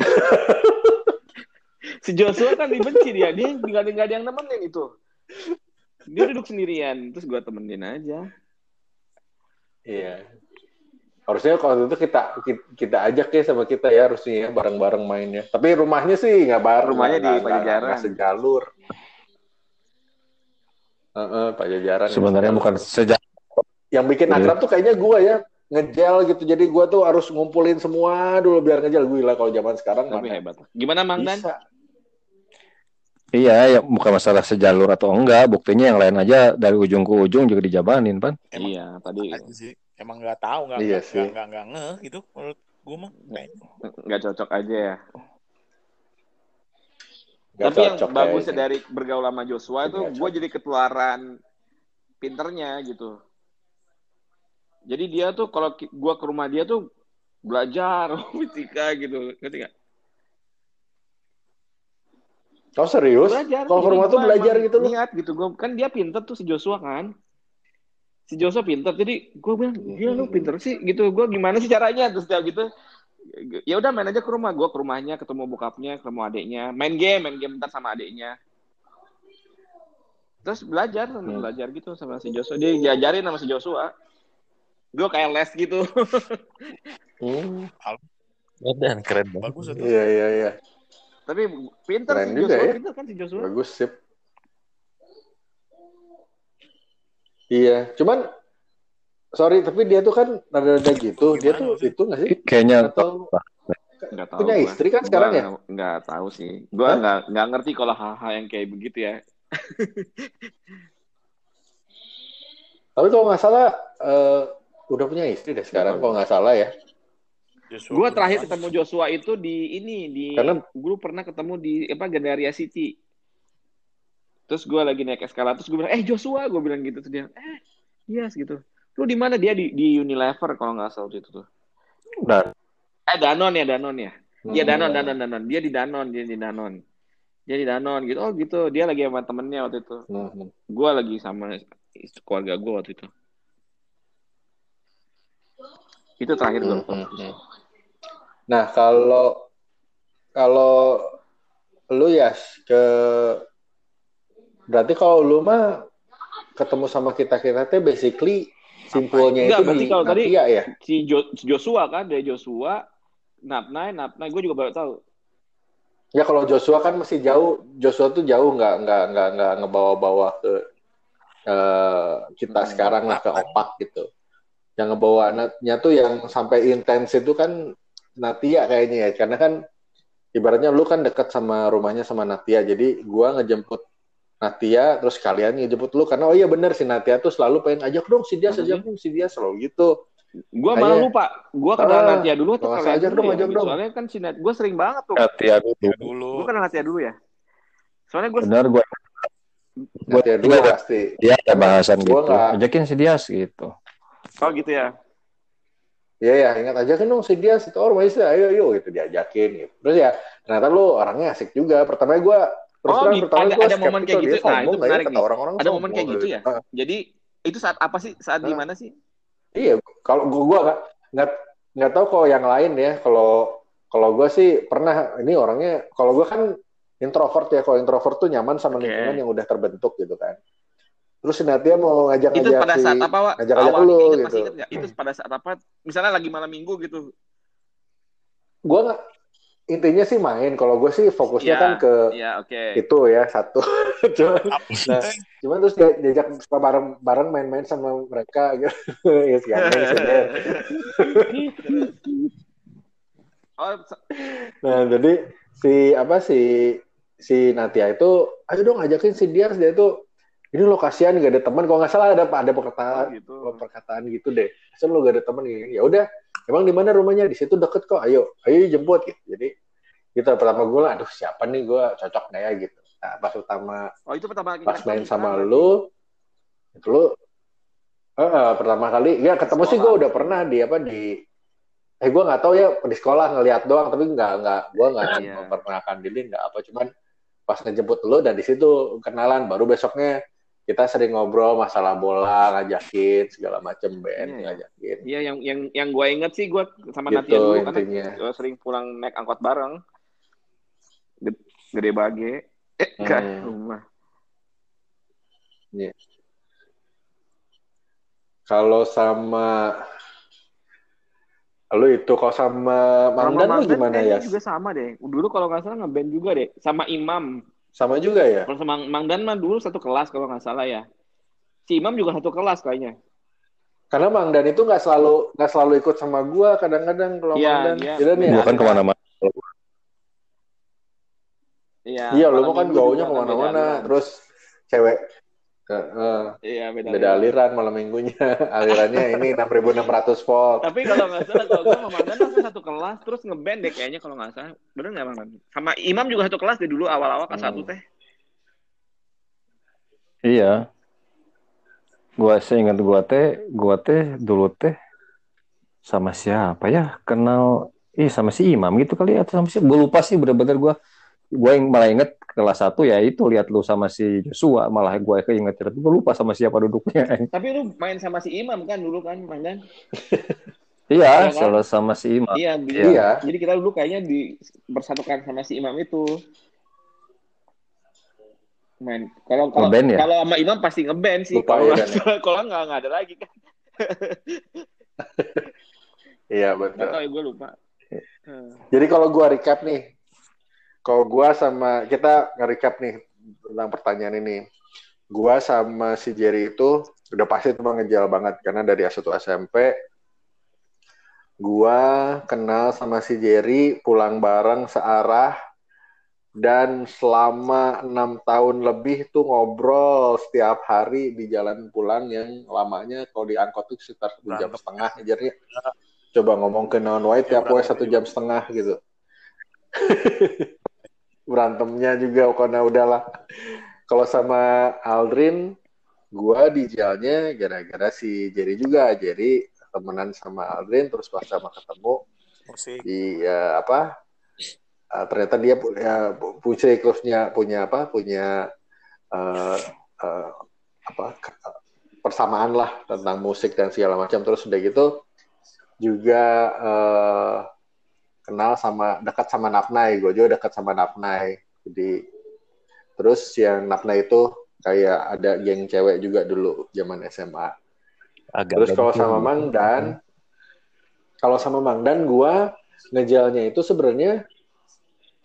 Si Joshua kan dibenci dia. Dia nggak ada yang nemenin itu. Dia duduk sendirian. Terus gue temenin aja. Iya. Harusnya kalau itu kita kita ajak ya sama kita ya harusnya ya bareng-bareng mainnya. Tapi rumahnya sih nggak bareng. Rumahnya di Pajajaran. Nggak sejalur. Uh-uh, Pajajaran. Sebenarnya bukan sejak. Yang bikin akrab tuh kayaknya gue ya ngejel gitu. Jadi gue tuh harus ngumpulin semua dulu biar ngejel. Gue lah kalau zaman sekarang. Tapi hebat. Gimana Mang Dan? Iya, ya bukan masalah sejalur atau enggak. Buktinya yang lain aja dari ujung ke ujung juga dijabanin, Pan. Emang, iya, tadi. Sih. Emang nggak tahu, nggak iya nggak nggak nggak ngeh gitu menurut gue mah nggak cocok aja ya. Gak tapi yang bagusnya kayaknya. dari bergaul sama Joshua itu gue jadi ketularan pinternya gitu. Jadi dia tuh kalau gue ke rumah dia tuh belajar fisika gitu, ngerti nggak? Oh serius? Kalau ke rumah tuh belajar gitu loh? Niat gitu, gue kan dia pinter tuh si Joshua kan. Si Joshua pinter, jadi gue bilang, gila lu pinter sih, gitu. Gue gimana sih caranya? Terus dia gitu, ya udah main aja ke rumah. Gue ke rumahnya, ketemu bokapnya, ketemu adiknya, main game, main game ntar sama adiknya. Terus belajar, hmm. belajar gitu sama si Joshua. Dia diajarin sama si Joshua. Gue kayak les gitu. Hmm. Dan keren banget. Bagus itu. Iya iya iya. Tapi pinter keren si Joshua, ya? pinter kan si Joshua. Bagus sip. Iya, cuman sorry tapi dia tuh kan rada-rada gitu. Dia tuh itu nggak sih? Kayaknya atau nggak tahu. Punya gua. istri kan gua sekarang ya? Nggak tahu sih. Gue nggak nggak ngerti kalau hal-hal yang kayak begitu ya. Tapi kalau nggak salah uh, udah punya istri deh sekarang. Kalau nggak salah ya. Gue terakhir ketemu Joshua itu di ini di. Karena gue pernah ketemu di apa Gandaria City. Terus gue lagi naik eskalator, terus gue bilang, eh Joshua, gue bilang gitu. Terus dia, eh yes gitu. Lu di mana? Dia di, di Unilever kalau nggak salah itu tuh. Dan. Eh Danon ya, Danon ya. Iya hmm. Danon, Danon, Danon. Dia di Danon, dia di Danon. Dia di Danon gitu. Oh gitu. Dia lagi sama temennya waktu itu. Hmm. Gue lagi sama keluarga gue waktu itu. Itu terakhir gue. Hmm. Hmm. Nah kalau kalau lu ya ke berarti kalau lu mah ketemu sama kita-kita teh basically simpulnya itu di kalau tadi ya? Si, jo, si Joshua kan, dari Joshua, Napnai, Napnai gue juga baru tahu. Ya kalau Joshua kan masih jauh, Joshua tuh jauh nggak nggak nggak nggak ngebawa-bawa ke uh, kita hmm, sekarang lah ke Opak gitu. Yang ngebawanya tuh yang sampai intens itu kan Natia kayaknya ya, karena kan ibaratnya lu kan dekat sama rumahnya sama Natia, jadi gua ngejemput Natia terus kalian ngejemput lu karena oh iya bener si Natia tuh selalu pengen ajak dong si dia, ajak dong si dia selalu gitu. Gue malah lupa, gue kenal ah, Natia dulu atau kalian ajak dong, ya? ajak dong. Soalnya kan si Natia, gue sering banget tuh. Natia dulu. Gue kenal Natia dulu ya. Soalnya gue. Benar gue. Natia dulu pasti. Dia ada bahasan gitu. Gak... Ajakin si Dias gitu. Oh gitu ya. Iya ya, ingat aja kan dong si Dias itu orang masih ayo ayo gitu diajakin gitu. Terus ya ternyata lu orangnya asik juga. Pertama gue terus oh, terang pertama ada, gue ada momen kayak gitu. Nah, itu menarik nih. Orang-orang ada momen kayak gitu ya. Uh. Jadi itu saat apa sih? Saat uh. di mana sih? Iya, kalau gue gue nggak nggak nggak tahu kalau yang lain ya. Kalau kalau gue sih pernah ini orangnya. Kalau gue kan introvert ya. Kalau introvert tuh nyaman sama okay. lingkungan yang udah terbentuk gitu kan. Terus si Natia mau ngajak-ngajak itu pada saat apa Wak? ngajak-ngajak awal lu inget, gitu. Masih inget gak? Itu pada saat apa? Misalnya lagi malam minggu gitu. Gue nggak intinya sih main. Kalau gue sih fokusnya ya, kan ke ya, okay. itu ya satu. cuman, nah, cuman terus diajak suka bareng-bareng main-main sama mereka gitu. Ya sih aneh sih. Nah jadi si apa si si Natia itu, ayo dong ajakin si Dias dia itu. Ini lo kasihan gak ada teman, kalau nggak salah ada ada perkataan oh, gitu. perkataan gitu deh. Asal lo gak ada teman gini. Ya udah, emang di mana rumahnya? Di situ deket kok. Ayo, ayo jemput gitu. Jadi kita pertama gue lah, aduh siapa nih gue cocok nggak ya gitu. Nah, pas pertama, oh, itu pertama pas main sama lu, itu lu uh, pertama kali, ya ketemu sekolah. Sih gue udah pernah di apa di, eh gue nggak tahu ya di sekolah ngeliat doang, tapi nggak nggak gue nggak yeah. memperkenalkan diri nggak apa, cuman pas ngejemput lu dan di situ kenalan, baru besoknya kita sering ngobrol masalah bola, ngajakin segala macem band yeah. ngajakin. Iya, yang yang yang gue inget sih gue sama gitu, Natia dulu intinya. Karena sering pulang naik angkot bareng. Gede bage, eh hmm. kan rumah. Yeah. Kalau sama lu itu, kalau sama Mangdan lu gimana ya? Juga sama deh. Dulu kalau nggak salah ngeband juga deh, sama Imam. Sama juga ya? Kalau sama Mangdan mah dulu satu kelas kalau nggak salah ya. Si Imam juga satu kelas kayaknya. Karena Mangdan itu nggak selalu nggak selalu ikut sama gua, kadang-kadang kalau ya, Mangdan. Iya, nih. Gua kan kemana-mana. Iya. Iya, lu kan gaunya kemana-mana. Terus cewek. Uh, uh, iya, beda, beda aliran malam minggunya. Alirannya ini enam ribu enam ratus volt. Tapi kalau nggak salah, kalau gue sama Mangdan langsung satu kelas, terus ngeband deh kayaknya kalau nggak salah. Bener nggak Mangdan? Sama Imam juga satu kelas deh dulu awal-awal kelas hmm. satu teh. Iya. Gua seingat gua teh, gua teh dulu teh sama siapa ya? Kenal, ih sama si Imam gitu kali atau sama si, gue lupa sih bener-bener gua. Gue yang malah inget kelas satu ya itu lihat lu sama si Joshua, malah gue keinget tapi gue lupa sama siapa duduknya. Tapi lu main sama si Imam kan dulu kan, Mangdan? Iya, selalu kan? Sama si Imam. Iya, iya. Jadi kita dulu kayaknya dipersatukan sama si Imam itu. Main. Kalau kalau ya? Kalau sama Imam pasti ngeband sih. Kalau ya, kalau nggak nggak ada lagi kan. Iya betul. Atau gue lupa. Jadi kalau gue recap nih. Kalau gue sama, kita nge-recap nih tentang pertanyaan ini. Gue sama si Jerry itu udah pasti teman ngejal banget. Karena dari S satu S M P, gue kenal sama si Jerry, pulang bareng searah. Dan selama enam tahun lebih tuh ngobrol setiap hari di jalan pulang yang lamanya kalau di angkot tuh sekitar satu jam setengah. Jerry coba ngomong ke non white tiap poe satu jam setengah gitu. Berantemnya juga karena udahlah. Kalau sama Aldrin, gue di jalannya gara-gara si Jerry juga. Jerry temenan sama Aldrin, terus pas sama ketemu Musik. di ya, apa? Uh, ternyata dia punya punya klubnya punya apa? Punya uh, uh, apa? persamaan lah tentang musik dan segala macam. Terus udah gitu juga. Uh, kenal sama dekat sama Napnai, gue juga dekat sama Napnai. Jadi terus yang Napnai itu kayak ada geng cewek juga dulu zaman S M A. Agak terus kalau sama Mangdan, kalau sama Mangdan gue ngejalnya itu sebenarnya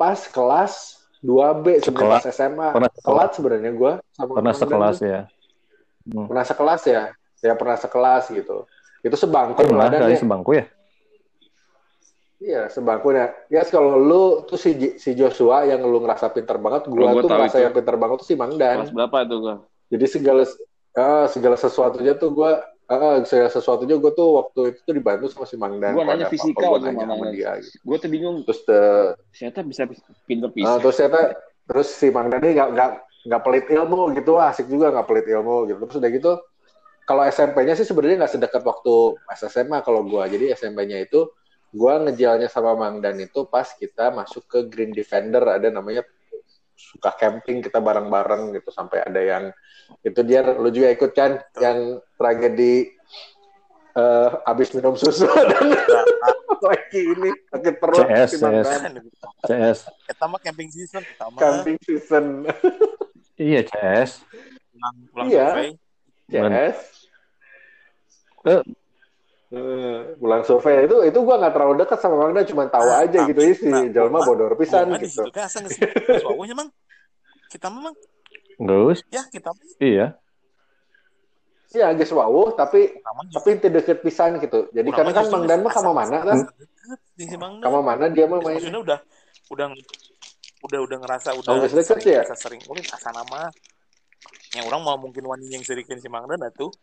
pas kelas dua B sebelum pas S M A. Pernah kelas sebenarnya gue sama pernah sekelas ya. Hmm. Pernah sekelas ya? Ya pernah sekelas gitu. Itu sebangku pernah lah dari ya. sebangku ya? Iya, sebangku ya. Ya kalau lu tuh si si Joshua yang lu ngerasa pintar banget, gua, gua tuh ngerasa yang pintar banget tuh si Mangdan. Kelas berapa tuh gua? Jadi segala uh, segala sesuatunya tuh gua uh, segala sesuatunya gua tuh waktu itu tuh dibantu sama si Mangdan. Gua nanya fisika gua nanya sama dia. Gitu. Gua tuh bingung. Terus the, ternyata bisa pintar uh, pisah. terus ternyata terus si Mangdan ini nggak nggak nggak pelit ilmu gitu, asik juga nggak pelit ilmu gitu. Terus udah gitu, kalau S M P-nya sih sebenarnya nggak sedekat waktu S M A kalau gua. Jadi S M P-nya itu gue ngejalnya sama Mangdan itu pas kita masuk ke Green Defender, ada namanya suka camping kita bareng-bareng gitu, sampai ada yang itu dia, lu juga ikut kan yang tragedi uh, abis minum susu dan lagi ini sakit perut C S, si Mangdan. C S. Kita mah camping season, kita mah camping season. Iya C S. Pulang, pulang iya. survei. C S. Uh. Uh, pulang survei itu itu gue nggak terlalu dekat sama Mangdan, cuma tahu nah, aja tapi, gitu isi nah, jalma bodor pisan gitu. Di situ kan asal nggak suawuhnya mang kita memang nggak ya kita iya iya agak wawuh tapi tapi tidak deket pisan gitu. Jadi karena kan Mangdan mah sama mana kan? Sama mana dia mah main? Maksudnya udah udah udah udah ngerasa udah oh, deket ya? Ngerasa sering ulin asa nama yang orang mau mungkin wani yang serikin si Mangdan atuh.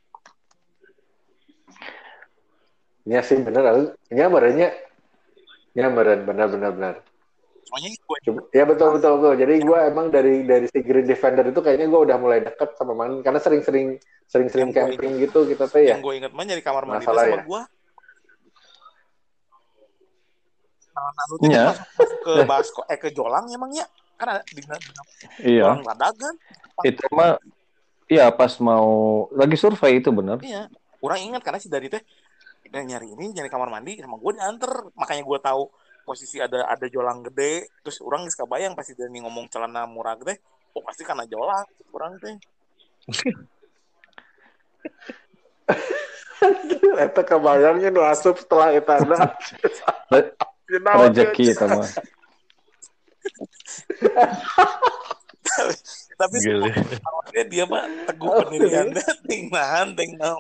Ya sih bener, ya merenya, ya meren benar benar benar. Soalnya gue, ya betul betul betul. Jadi gue emang dari dari si Green Defender itu kayaknya gue udah mulai deket sama Mangdan karena sering-sering sering-sering camping inget, gitu kita teh ya. Yang gue ingat mah nyari kamar mandi sama ya? Gue. Nah, lalu ya. masuk, masuk ke Basko, eh ke Jolang emangnya kan ada di, di, iya. Jolang Ladagan. Itu mah, iya pas mau lagi survei itu benar. Iya, orang ingat karena si dari teh dan nyari ini nyari kamar mandi sama gue diantar, makanya gue tahu posisi ada ada Jolang gede, terus orang geus kabayang pasti Dani ngomong celana murah gede, oh pasti karena Jolang orang teh. Eta kebayangnya nu asup setelah eta ada. Rezeki itu mah. Tapi sebenarnya dia mah teguh pendiriannya, ting nahan, ting nahan.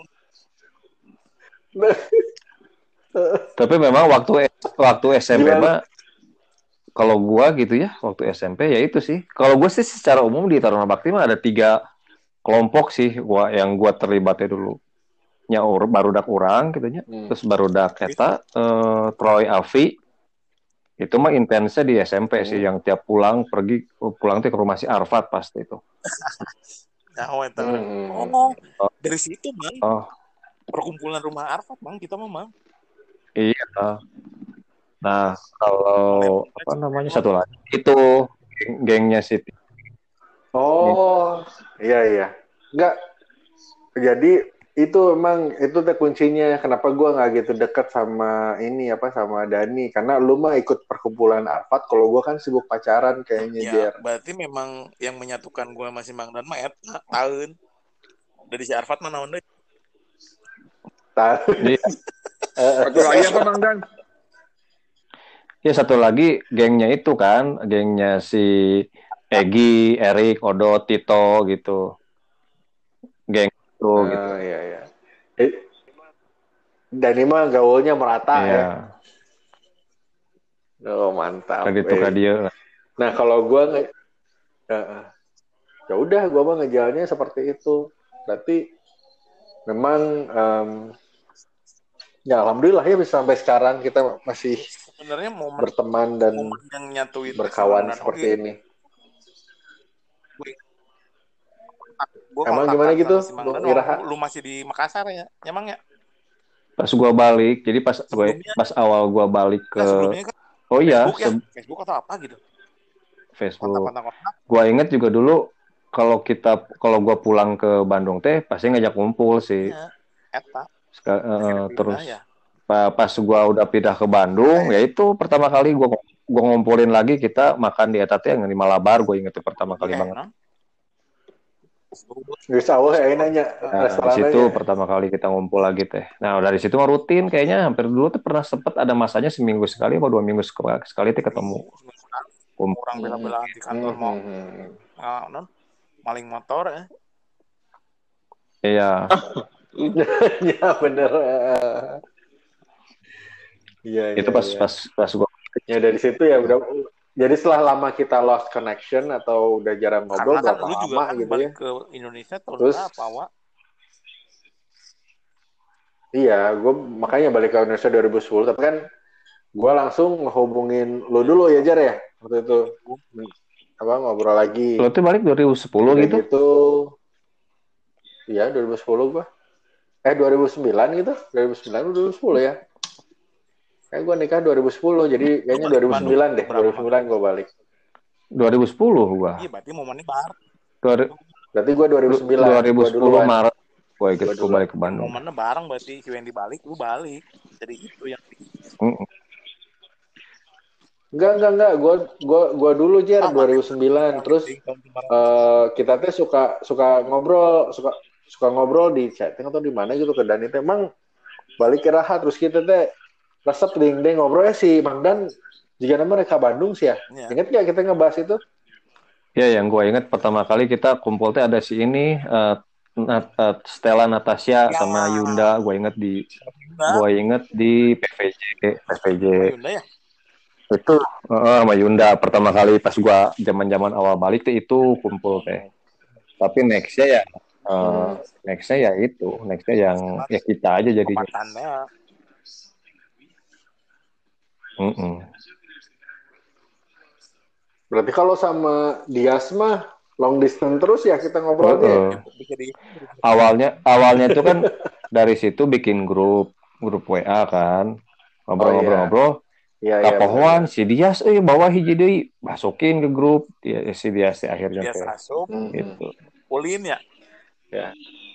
Tapi memang waktu waktu S M P mah kalau gua gitu ya, waktu S M P ya itu sih. Kalau gua sih secara umum di Taruna Bakti mah ada tiga kelompok sih gua yang gua terlibatnya dulu. Nyaur barudak urang gitu nya. Hmm. Terus barudak eta eh, Troy Alfi. Itu mah intensnya di S M P hmm. sih, yang tiap pulang pergi pulang tuh ke rumah si Arfat pasti itu. Nah, oh, hmm. oh, dari situ Bang. Oh. Perkumpulan rumah Arfat Bang, kita mah Bang. Iya. Nah, kalau apa namanya satu lagi itu geng- gengnya Siti. Oh, iya iya. Enggak. Jadi itu emang itu teh kuncinya kenapa gue nggak gitu dekat sama ini apa sama Dani, karena lu mah ikut perkumpulan Arfat, kalau gue kan sibuk pacaran kayaknya. Ya, Jer. Berarti memang yang menyatukan gue masih Mang Dan mah eta tahun dari si Arfat mah naon deui. Tahun. Satu lagi apa Mang Dan? Ya satu lagi gengnya itu kan, gengnya si Egi, Erik, Odo, Tito gitu. Geng itu oh, gitu. Iya iya. Dan ini mah gaulnya merata iya. ya. Oh mantap. Kayak gitu kan dia. Nah kalau gue nge, uh, ya udah gue mah ngejalannya seperti itu. Berarti memang um, ya alhamdulillah ya bisa sampai sekarang kita masih sebenarnya momen, berteman dan momen yang nyatuin berkawan seperti okay. ini. Gua emang gimana gitu? Lu, lu masih di Makassar ya? Emang ya? Pas gua balik, jadi pas gue pas awal gua balik ke nah, kan oh iya, Facebook, ya? Se- Facebook atau apa gitu? Facebook. Kontak-kontak. Gua inget juga dulu kalau kita kalau gua pulang ke Bandung teh pasti ngajak kumpul sih. Iya, eta. Ska, uh, terus ya. Pas gua udah pindah ke Bandung, ya, ya itu pertama kali gua gua ngumpulin lagi, kita makan di eta teh yang di Malabar, gua inget pertama kali ya, banget. No? Bisa awal ya nanya. Nah, di situ pertama kali kita ngumpul lagi teh. Nah dari situ mah rutin kayaknya hampir dulu tuh pernah sempet ada masanya seminggu sekali atau dua minggu sekali teh ketemu. orang bela-belaan di kantor mau uh, non maling motor eh. Iya. Ya bener. Iya, itu ya, pas ya. pas pas gua ya dari situ ya udah. Jadi setelah lama kita lost connection atau udah jarang ngobrol, karena kan berapa lu juga lama kan gitu balik ya? ke Indonesia tahun Terus, berapa, Wak? Iya, gue makanya balik ke Indonesia dua ribu sepuluh, tapi kan gue langsung ngehubungin lo dulu ya, Jar ya? Waktu itu, apa ngobrol lagi. lo tuh balik dua ribu sepuluh Udah gitu? gitu, iya dua ribu sepuluh gue. Eh dua ribu sembilan gitu, dua ribu sembilan dua ribu sepuluh ya? Kayak gue nikah dua ribu sepuluh, jadi kayaknya dua ribu sembilan deh, dua ribu sembilan gue balik. dua ribu sepuluh gua. Iya, berarti momennya bar. Berarti gue dua ribu sembilan. dua ribu sepuluh Maret gue ikut gue balik ke Bandung. Momennya bareng berarti si Wendy balik, lu balik. Jadi itu yang Mm-mm. Enggak, enggak, enggak. Gue gua, gua dulu, Jer, ah, dua ribu sembilan. Terus uh, kita tuh suka suka ngobrol, suka suka ngobrol di chatting atau di mana gitu ke Dani. Emang balik ke Rahat, terus kita teh resep ding ding ngobrolnya si Mang Dan jika nama mereka Bandung sih ya. ya. Ingat gak kita ngebahas itu? Ya, yang gue ingat pertama kali kita kumpul teh ada si ini uh, Nat, uh, Stella Natasha ya. Sama Yunda. Gue inget di gue inget di P V J P V J. Yunda ya? Itu uh, sama Yunda pertama kali pas gue zaman-zaman awal balik tuh itu kumpul teh. Tapi nextnya ya uh, nextnya ya itu nextnya yang ya kita aja jadinya. Mm-mm. Berarti kalau sama Dias mah long distance terus ya kita ngobrolnya. Uh-uh. Awalnya awalnya itu kan dari situ bikin grup grup W A kan ngobrol-ngobrol-ngobrol. Iya, iya. Kapohoan si Dias eh bawa hiji deui masukin ke grup ya, si Dias ya, akhirnya Dias masuk gitu. Ulin ya? Ya.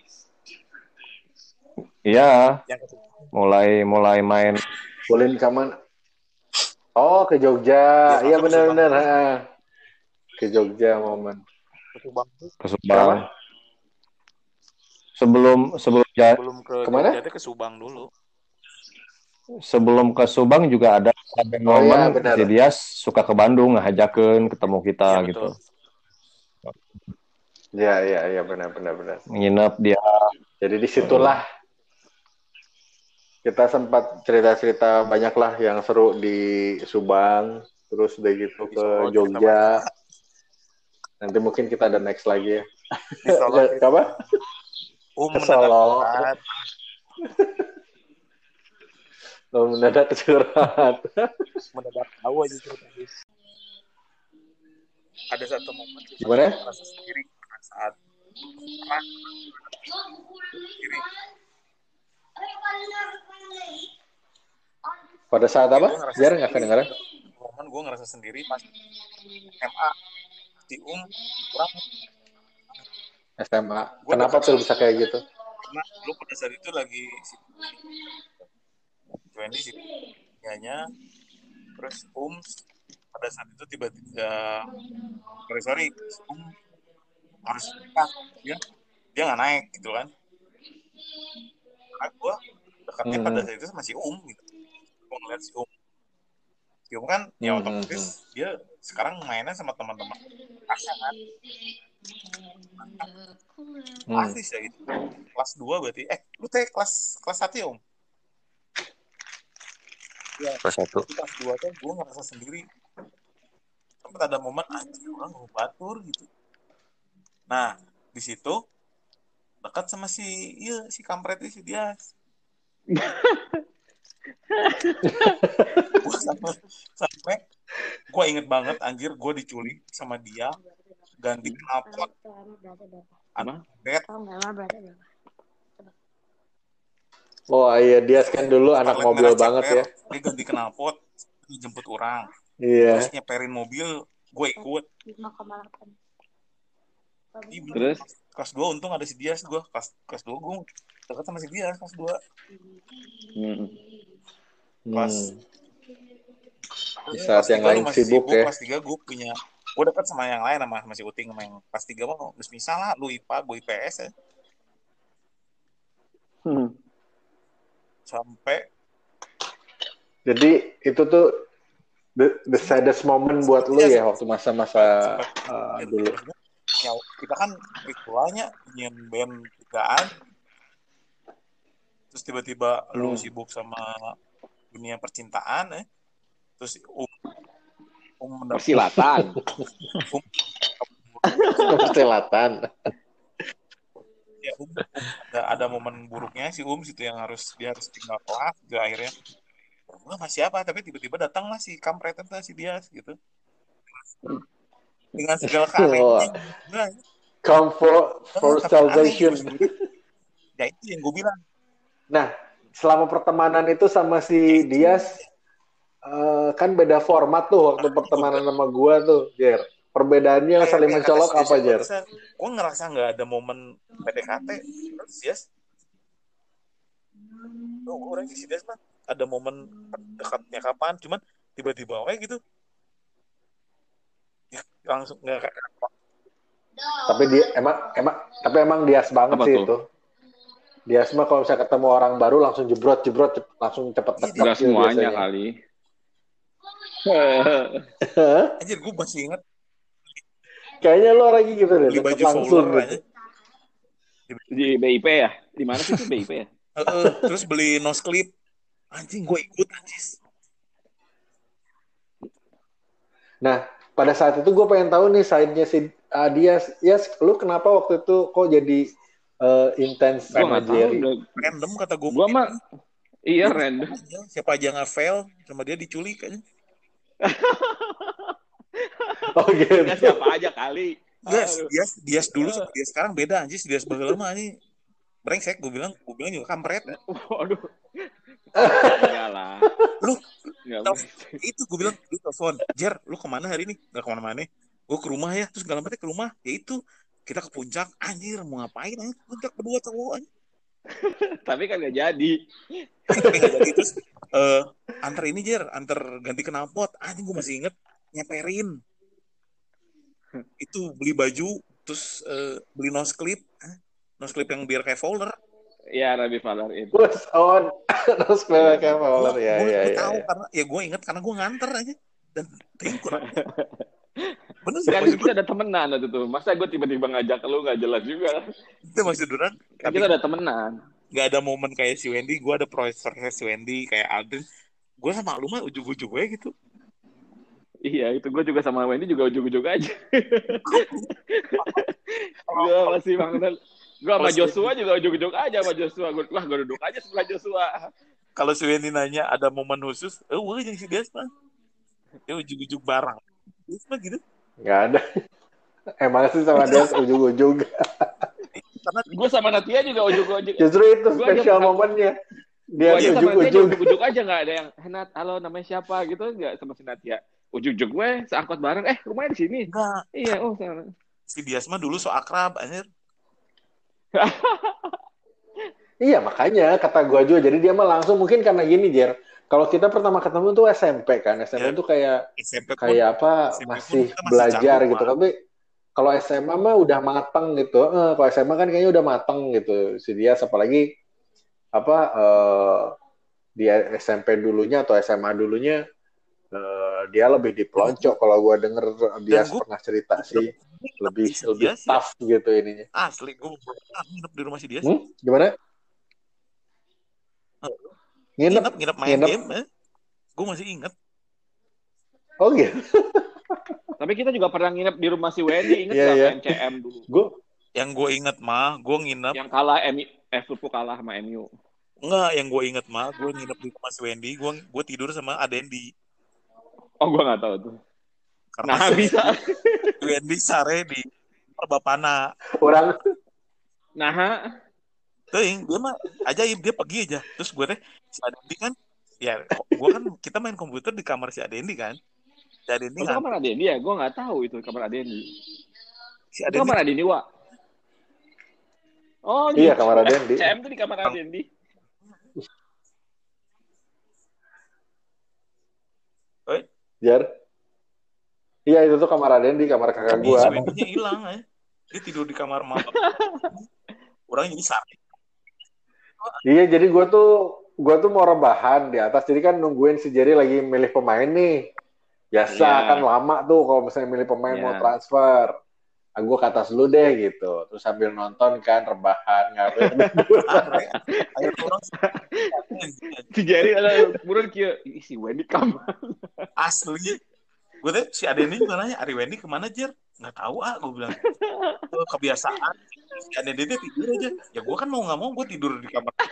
Iya. Mulai mulai main Ulin kaman. Oh, ke Jogja. Iya benar-benar. Ke Jogja momen. Ke Subang. Ke Subang. Sebelum sebelum ja- sebelum ke Kemana? Jogja ke Subang dulu. Sebelum ke Subang juga ada ada oh, momen ya, si Dias suka ke Bandung ngajakeun ketemu kita ya, gitu. Iya, iya, iya benar benar benar. Nginep dia. Jadi disitulah hmm. kita sempat cerita-cerita banyak lah yang seru di Subang, terus udah gitu ke Solo, Jogja. Nanti mungkin kita ada next lagi ya. Di Solo. Apa? Um, ke Solo. Oh, mendadak curhat. Mendadak tahu aja cerita. Ada satu momen gimana? Merasa sendiri saat sendiri. Pada saat apa? Biar nggak kedengaran. Momen gue ngerasa sendiri pas M A di U M kurang. S M A. Gua kenapa tuh bisa kayak gitu? Karena lu pada saat itu lagi Wendy sih kayaknya, terus Um pada saat itu tiba-tiba sorry sorry Um harus nikah, dia dia nggak naik gitu kan. Karena gue dekatnya hmm. pada saat itu masih Um gitu. Gue ngeliat si Um, si Um kan hmm. ya otomatis hmm. dia sekarang mainnya sama teman-teman Asya kan. Asli ya gitu. Kelas dua berarti. Eh, lu teh kelas kelas satu ya, Om? Ya, kelas satu. Kelas dua tuh gue ngerasa sendiri. Sempat ada momen anjir orang mau batur gitu. Nah, di situ dekat sama si iya si kampret si Dias. Gue sampai sampai gue inget banget anjir gue diculik sama dia. Ganti knalpot. Oh iya, dia kan dulu anak mobil banget ya. Dia ganti knalpot, dijemput orang. Iya. Terus nyeperin mobil, gue ikut. Terus? Kelas dua untung ada si Dias gue. Kelas, kelas dua gue dekat sama si Dias, kelas dua. Hmm. Kelas... Di saat yang lain sibuk, sibuk ya. Kelas tiga gue punya... Gue dekat sama yang lain sama masih Uting sama yang kelas tiga mah misal lah lu I P A gue I P S ya. Hmm. Sampai jadi itu tuh the, the saddest moment buat lu ya, ya waktu masa-masa uh, dulu. Ya, kita kan ritualnya nyian band tigaan, terus tiba-tiba hmm. lu sibuk sama dunia percintaan, eh. terus um, um persilatan, um, persilatan. Ya, um, ada, ada momen buruknya si Um situ yang harus dia harus tinggal kelas, gitu, akhirnya gue masih apa, tapi tiba-tiba datang lah si kampret itu si Dias gitu dengan segala keanehannya. Come for for salvation. Ya itu yang gue bilang. Nah, selama pertemanan itu sama si Dias uh, kan beda format tuh waktu pertemanan sama gue tuh, Jer. Perbedaannya kayak, saling kayak mencolok apa, Jer? Gue ngerasa nggak ada momen P D K T terus Dias. Oh, orang si Dias mah ada momen dekatnya kapan, cuman tiba-tiba kayak gitu. Ya, langsung nggak kayak tapi dia emang emang tapi emang Dias banget apa sih tuh? Itu Dias mah kalau misalnya ketemu orang baru langsung jebrot jebrot langsung cepet dekat gitu semuanya biasanya. Kali anjir gue masih ingat kayaknya lo lagi gitu deh beli baju Fowler aja di B I P ya, di mana sih itu B I P ya? uh, terus beli nose clip anjing gue ikut anjis. Nah pada saat itu gue pengen tahu nih side-nya si uh, Dias, Yes, lu kenapa waktu itu kok jadi uh, intens sama Jerry? Tahu, random kata gue. Gue mah, iya random. Siapa aja nggak fail sama dia diculik kan? Oh gitu. Ya, siapa aja kali. Yes, Dias, Dias dulu sama Dias sekarang beda anjis. Dias baheula mah ini brengsek, gue bilang, gue bilang juga kampret. Waduh. Enggak lah. Lu, itu gue bilang, lu telepon, Jer, lu kemana hari ini? Gak kemana-mana. Gue ke rumah ya, terus gak lama ke rumah. Ya itu, kita ke puncak. Anjir, mau ngapain? Ayo, puncak berdua cowok. Tapi kan gak jadi. Tapi gak jadi. Terus, uh, antar ini Jer, antar ganti knalpot. Anjir, gue masih inget, nyeperin. Itu, beli baju, terus uh, beli nose clip. Nose clip yang biar kayak Fowler. Iya, Rabi Fowler itu. What's on? Nose clip kayak Fowler. Ya, gue ya, tahu ya. karena ya gue inget karena gue nganter aja dan tingkul. Bener sih. Kan kita ada temenan waktu itu. Masa gue tiba-tiba ngajak lu nggak jelas juga. Itu maksud Duran. Kan kita ada temenan. Gak ada momen kayak si Wendy. Gue ada profesor si Wendy kayak Aldrin. Gue sama lu mah ujung-ujung gue gitu. Iya, itu gue juga sama Wendy juga ujung-ujung aja. Gue masih banget. Gue sama Joshua juga ujung-ujung aja sama Joshua. Gua, wah, gue duduk aja sebelah Joshua. Kalau si Wendy nanya ada momen khusus, eh, gue jadi si Dias mah. Dia ujung-ujung barang. Dias mah gitu. Gak ada. Emang sih sama Dias ujung-ujung. Karena gue sama Natia juga ujung-ujung. Justru itu spesial momennya. Dia ujung-ujung. Ujung-ujung aja gak ada yang, Nat, halo namanya siapa gitu. Gak sama si Natia. Ujung-ujung gue seangkot bareng. Eh, rumahnya di sini. Enggak. Iya, oh sana. Si Dias mah dulu so akrab, anjir. Iya makanya kata gue juga jadi dia mah langsung mungkin karena gini Jer kalau kita pertama ketemu tuh S M P kan S M P ya, tuh kayak S M P pun, kayak apa S M P masih, masih belajar masih gitu tapi kalau S M A mah udah mateng gitu eh, kalau S M A kan kayaknya udah mateng gitu si dia apalagi apa eh, dia S M P dulunya atau S M A dulunya eh, dia lebih dipelonco kalau gue denger dia gua, pernah cerita sih lebih lebih Dias, tough ya? Gitu ininya. Asli, gue pernah nginep di rumah si Dias. Hmm? Gimana? Nginep, nginep, nginep main nginep. Game, eh? Gue masih inget. Oh gitu. Tapi kita juga pernah nginep di rumah si Wendy, inget yeah, yeah. M C M dulu. Gue, yang gue inget mah, gue nginep. Yang kalah M U, F Liverpool kalah sama M U. Enggak, yang gue inget mah, gue nginep di rumah si Wendy, gue gue tidur sama Adendi. Oh, gue nggak tahu tuh. Karena nah bisa Wendy sare di Perbapana orang nah ting dia mah ajaib dia pergi aja terus gue teh si Adendi kan ya gue kan kita main komputer di kamar si Adendi kan si Adendi kan kamar Adendi ya gue nggak tahu itu kamar Adendi si Adendi kamar Adendi wa oh iya gitu. Kamar Adendi C M tuh di kamar Adendi oi Jar iya itu tuh kamar Adendi, kamar kakak gue. Sebenarnya hilang ya. Dia tidur di kamar mama. Orang jadi sakit. Iya jadi gue tuh gue tuh mau rebahan di atas. Jadi kan nungguin si Jerry lagi milih pemain nih. Biasa yeah. kan lama tuh kalau misalnya milih pemain yeah. mau transfer. Ah, gue ke atas dulu deh gitu. Terus sambil nonton kan rebahan ngapain. Si Jerry ada buruan kia si Wendy kemana? Asli. Gue tuh si Adeni juga nanya, Ari Wendy kemana Jer? Nggak tahu ah, gue bilang. Oh, kebiasaan. Si Adeni dia tidur aja. Ya gue kan mau nggak mau gue tidur di kamar.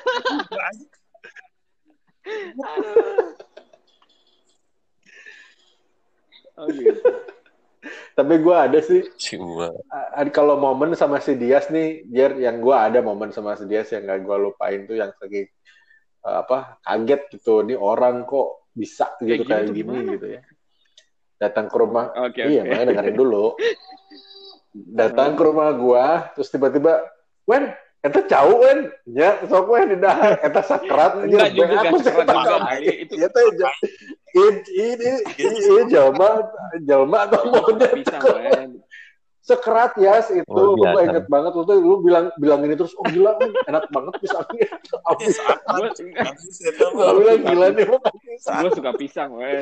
Oh gitu. Tapi gue ada sih. Ada kalau momen sama si Dias nih, Jer, yang gue ada momen sama si Dias yang gak gue lupain tuh yang lagi uh, apa kaget gitu. Ini orang kok bisa gitu kayak, kayak gini gimana? Gitu ya. Datang ke rumah, okay, iya okay. makanya dengerin dulu. Datang ke rumah gue, terus tiba-tiba, Wen, eta jauh Wen, ya sok Wen di dahar, eta sakrat aja. Enggak juga aku sakrat kali itu. Iya tuh ini ini ini jalma jalma atau model sekerat ya yes, itu oh, gue inget banget lu tuh lu bilang bilang ini terus oh gila enak banget pisangnya habis gue bilang gila nih gue suka pisang Wen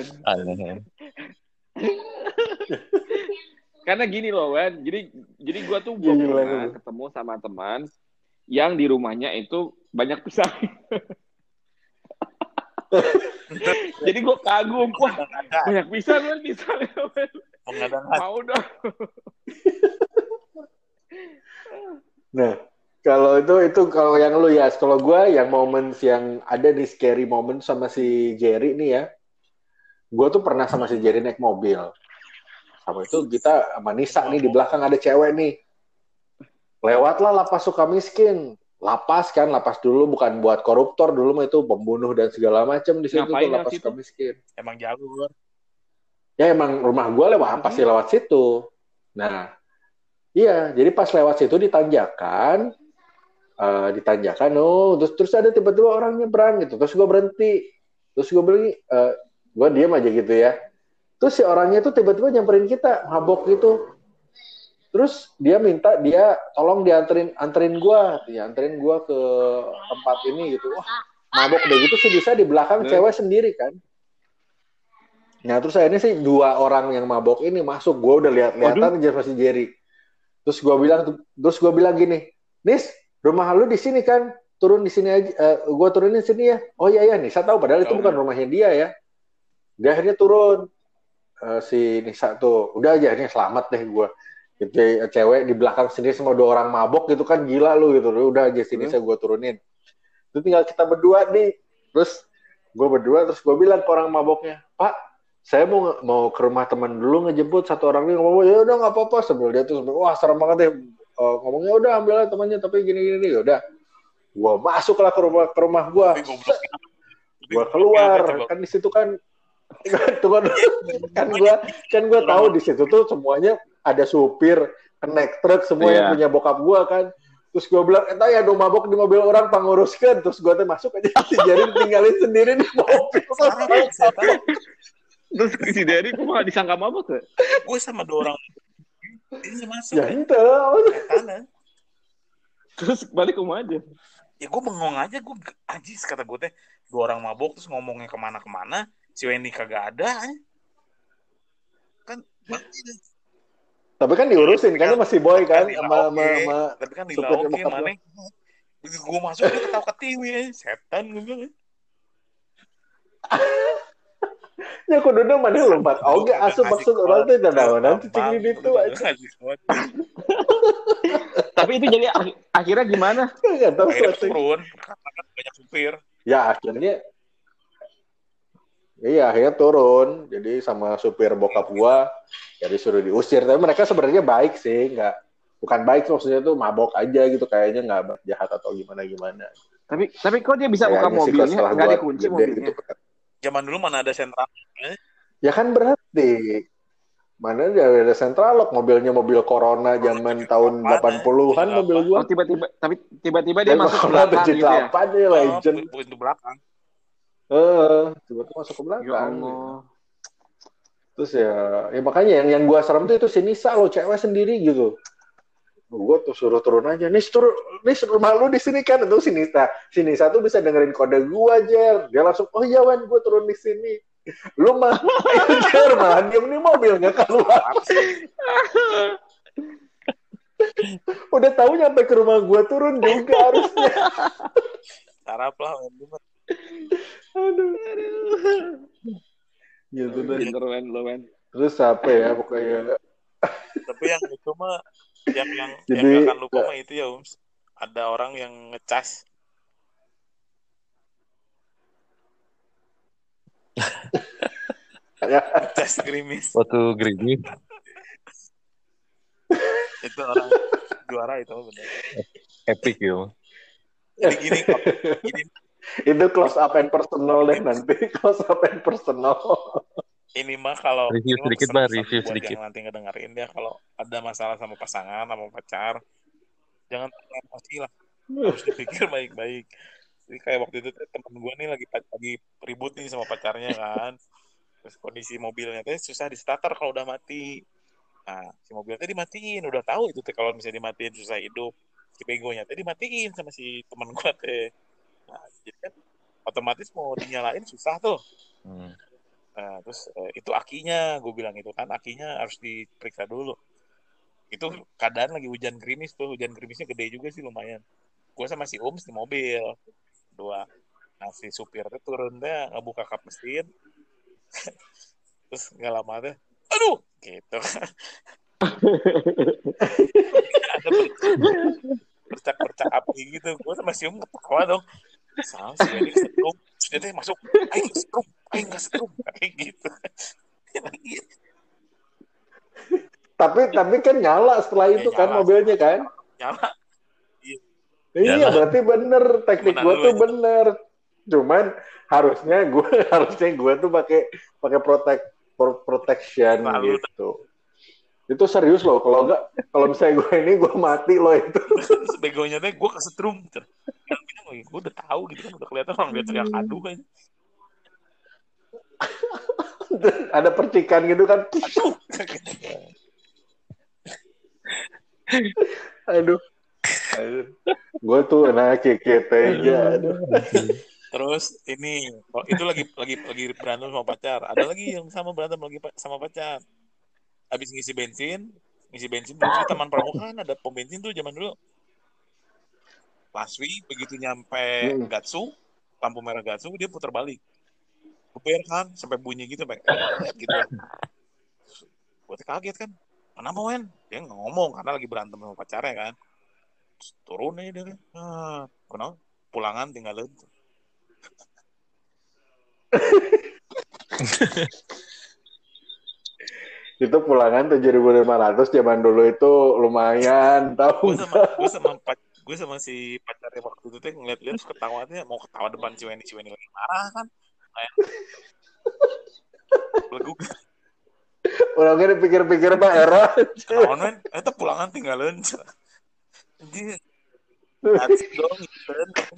karena gini loh Wen jadi jadi gue tuh belum pernah ketemu sama teman yang di rumahnya itu banyak pisang. Jadi gue kagum, wah banyak pisang kan pisang, mau dong. Nah, kalau itu itu kalau yang lu ya, kalau gue yang moments yang ada di scary moment sama si Jerry nih ya, gue tuh pernah sama si Jerry naik mobil, sama itu kita sama Nisa nih di belakang ada cewek nih, lewatlah lapas Sukamiskin. Lapas kan, lapas dulu bukan buat koruptor, dulu mah itu pembunuh dan segala macam di situ tuh lapas Sukamiskin. Emang jalur. Ya emang rumah gue lewat apa sih lewat situ. Nah, iya, jadi pas lewat situ ditanjakan, uh, ditanjakan, oh, terus terus ada tiba-tiba orang nyebrang gitu, terus gue berhenti, terus gue bilang, uh, gue diam aja gitu ya. Terus si orangnya tuh tiba-tiba nyamperin kita, mabok gitu. Terus dia minta dia tolong dianterin anterin gue, dianterin gue ke tempat ini gitu. Wah, mabok deh gitu sih bisa di belakang cewek sendiri kan. Nah terus akhirnya sih dua orang yang mabok ini masuk, gue udah lihat-lihatan aja sama si Jerry. Terus gue bilang, terus gue bilang gini, Nis, rumah lu di sini kan, turun di sini aja, uh, gue turunin sini ya. Oh iya ya, Nisa tahu padahal itu bukan rumahnya dia ya. Dia akhirnya turun uh, si Nisa tuh, udah aja akhirnya selamat deh gue. Gitu cewek di belakang sendiri sama dua orang mabok gitu kan gila lu gitu. Udah aja sini saya gue turunin. Itu tinggal kita berdua nih. Terus gue berdua terus gue bilang ke orang maboknya, Pak, saya mau mau ke rumah teman dulu ngejemput satu orang ini ngomong ya udah nggak apa-apa sambil dia tuh sambil, wah serem banget deh uh, ngomongnya udah ambil aja temannya tapi gini-gini ya udah. Gue masuklah ke rumah ke rumah gue. Gue keluar kan di situ kan kan kan gue kan gue tahu di situ tuh semuanya ada supir, kenek truk, semua yeah. yang punya bokap gue kan. Terus gue bilang, entah ya dong mabok di mobil orang panguruskan. Terus gue tuh masuk aja si Jerry tinggalin sendiri di mobil. Terus si Jerry kok malah disangka mabok ya? Gue sama dua orang ini masuk. Ya itu. Terus balik ke rumah aja. Ya gue bengong aja, gue anjis kata gue teh dua orang mabok terus ngomongnya kemana-kemana, si Wendy kagak ada. Kan tapi kan diurusin, kan masih boy kan, sama sama tapi kan dilaukin mana? Begitu gue masuk dia ketawa ketiwi, eh. Setan gue bilang. Ya kudu dong mana lompat. Oke, asup maksud orang tuh udah nanti cing di itu aja. Tapi itu jadi ak- akhirnya gimana? Enggak tahu akhirnya turun, karena banyak supir. Ya akhirnya Iya, akhirnya turun. Jadi sama supir bokap gua ya disuruh diusir. Tapi mereka sebenarnya baik sih, nggak bukan baik maksudnya tuh mabok aja gitu kayaknya nggak jahat atau gimana gimana. Tapi tapi kok dia bisa buka mobilnya nggak dikunci mobilnya? Gitu. Zaman dulu mana ada sentral? Eh? Ya kan berarti mana ada ada sentral lock mobilnya mobil Corona zaman tahun delapan puluhan mobil gua. Oh tiba-tiba tapi tiba-tiba dia masuk ke belakang gitu ya. Ya legend. Oh, pintu belakang. Eh, uh, tiba-tiba masuk ke belakang. Ya terus ya, ya makanya yang yang gua serem tuh itu si Nisa lo cewek sendiri gitu. Gua tuh suruh turun aja. Nis turun, Nis rumah lu di sini kan. Itu si Nisa, si Nisa tuh bisa dengerin kode gua aja. Dia langsung, oh iya Wan, gua turun di sini. Lu mah Jer malah diem di mobil nggak keluar. Udah tahu nyampe ke rumah gue turun juga harusnya. Sarap lah. Aduh. Gitu deh. Terus apa ya pokoknya. Tapi yang itu mah yang yang Jadi, yang gak akan lupa mah itu ya Ums. Ada orang yang ngecas. Ngecas gerimis. Waktu gerimis. Itu orang juara itu benar. Epic ya. Jadi gini, gini. Itu close up and personal deh nanti. Close up and personal. Ini mah kalau review sedikit bah, review sedikit. Yang nanti ngedengerin dia kalau ada masalah sama pasangan, sama pacar, jangan emosi lah. Harus dipikir baik-baik. Jadi kayak waktu itu temen gue nih lagi lagi ribut nih sama pacarnya kan. Terus kondisi mobilnya tuh susah di starter kalau udah mati. Nah, si mobilnya tadi dimatiin, udah tahu itu teh kalau misalnya dimatiin susah hidup. Si begonya tadi dimatiin sama si teman gue teh. Nah, jadi kan otomatis mau dinyalain susah tuh. Hmm. Nah, terus eh, itu akinya, gue bilang itu kan akinya harus diperiksa dulu. Itu keadaan lagi hujan gerimis tuh, hujan gerimisnya gede juga sih lumayan. Gue sama si Ums di mobil dua. Nah si supirnya turun deh ngebuka kap mesin, terus nggak lama deh, aduh, gitu. Ada bercak-bercak api gitu. Gue sama si Ums ketawa dong. Salah sih ini kesetrum, dia masuk, ayo kesetrum, ayo nggak setrum, kayak gitu. tapi tapi kan nyala setelah itu ya, kan nyala, mobilnya kan? Nyala. Iya, berarti bener teknik gue tuh bener. Cuman harusnya gue harusnya gue tuh pakai pakai protect protection lalu, gitu. Itu serius loh. Kalau enggak, kalau misalnya gue ini gue mati loh itu. Begonya deh gue kesetrum. Gue udah tahu gitu kan, udah kelihatan orang dia teriak aduh kan. Ada percikan gitu kan. Aduh. Aduh. Gue tuh enak keket aja. Aduh. Terus ini, oh, itu lagi lagi lagi berantem sama pacar. Ada lagi yang sama berantem lagi sama pacar. Habis ngisi bensin, ngisi bensin dulu di Taman Pramuka kan ada pom bensin tuh zaman dulu. Laswi begitu nyampe hmm. Gatsu, lampu merah Gatsu, dia putar balik. Geber kan sampai bunyi gitu, sampai gitu. Gue kaget kan. Kenapa Wen? Dia nggak ngomong karena lagi berantem sama pacarnya kan. Terus turun aja dia kan. Ah, kenapa? Pulangan tinggalin. Itu pulangan tujuh ribu lima ratus zaman dulu itu lumayan, tahu? Gue sama gue sama gue sama si pacarnya waktu itu tuh ngeliat-liat terus ketawanya mau ketawa depan si Weni, si Weni lagi marah kan. Leguk. Orangnya dipikir-pikir Pak Era. Kenapa men? Itu pulangan tinggalin. Jadi nanti dong gitu.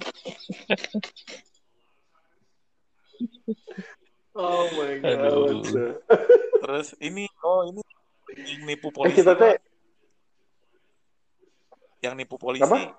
Oh my god. Terus ini, oh ini yang nipu polisi. Eh, kita teh yang nipu polisi. Apa?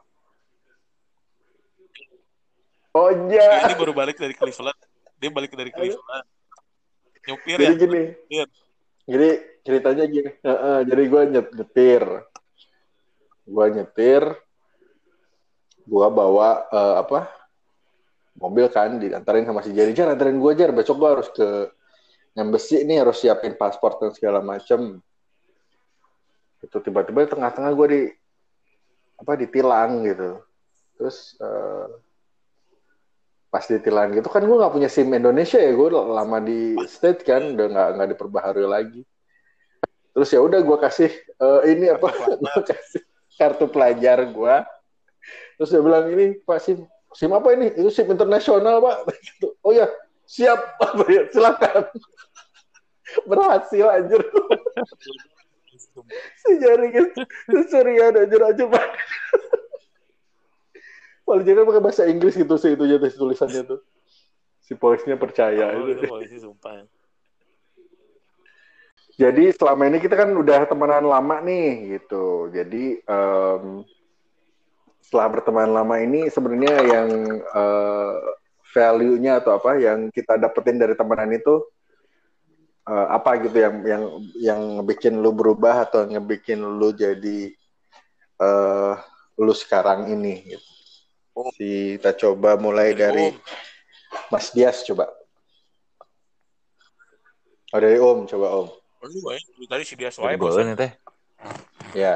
Oh iya. Ini baru balik dari Cleveland. Dia balik dari Cleveland. Nyupir jadi ya. Gini. Nyupir. Jadi ceritanya gini. Uh, uh, jadi gue nyetir. Gue nyetir. Gue bawa uh, apa? Mobil kan diantarin sama si Jerry. Jar, antarin gue Jar. Besok gue harus ke Ngembesi nih, harus siapin paspor dan segala macem. Itu tiba-tiba di tengah-tengah gue di apa ditilang gitu. Terus uh, pas ditilang gitu kan gue nggak punya SIM Indonesia ya, gue lama di state kan, udah nggak nggak diperbaharui lagi. Terus ya udah gue kasih uh, ini apa? Gue kasih kartu pelajar gue. Terus dia bilang ini Pak SIM. SIM apa ini? Itu SIM internasional, Pak. Oh ya, siap. Silakan. Berhasil anjir. Si jaringan curian anjir aja, Pak. Paling jangan pakai bahasa Inggris gitu sih itu aja tulisannya tuh. Si polisnya percaya oh, itu. Polisi sumpah. Jadi selama ini kita kan udah temenan lama nih gitu. Jadi um, setelah berteman lama ini sebenarnya yang uh, value-nya atau apa yang kita dapetin dari temenan itu uh, apa gitu yang yang yang ngebikin lu berubah atau ngebikin lu jadi uh, lu sekarang ini gitu. Oh. Si kita coba mulai dari, dari Mas Dias coba. Oh dari Om coba Om. Oh, lu ya, tadi si Dias wae bosan teh. Ya.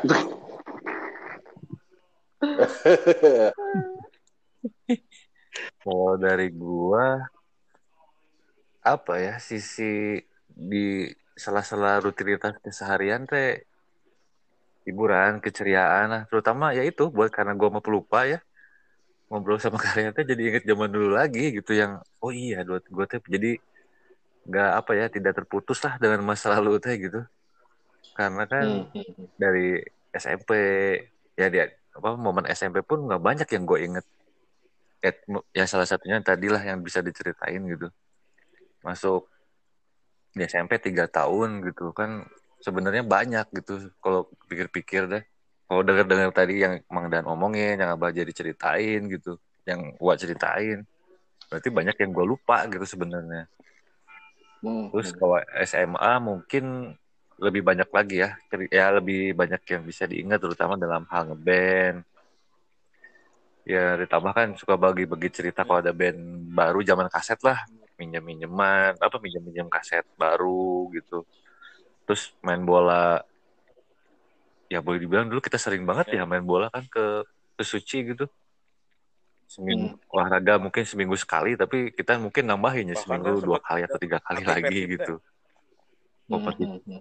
Oh dari gua apa ya sisi di sela-sela rutinitas keseharian teh hiburan, keceriaan lah, terutama ya itu buat karena gua mau pelupa ya ngobrol sama kalian teh jadi inget zaman dulu lagi gitu yang oh iya gua teh jadi nggak apa ya tidak terputus lah dengan masa lalu teh gitu karena kan hmm. dari S M P ya dia apa momen S M P pun nggak banyak yang gue inget ya salah satunya tadilah yang bisa diceritain gitu masuk di S M P tiga tahun gitu kan sebenarnya banyak gitu kalau pikir-pikir deh kalau dengar-dengar tadi yang Mang Dan omongin yang Abah jadi ceritain gitu yang gua ceritain berarti banyak yang gue lupa gitu sebenarnya hmm. Terus kalau S M A mungkin lebih banyak lagi ya ya lebih banyak yang bisa diingat terutama dalam hal ngeband ya ditambah kan suka bagi-bagi cerita kalau ada band baru zaman kaset lah minjem-minjeman apa minjem-minjem kaset baru gitu terus main bola ya boleh dibilang dulu kita sering banget ya, ya main bola kan ke ke Suci gitu seminggu hmm. olahraga mungkin seminggu sekali tapi kita mungkin nambahin ya seminggu dua kali atau tiga kali lagi gitu kompetisi hmm.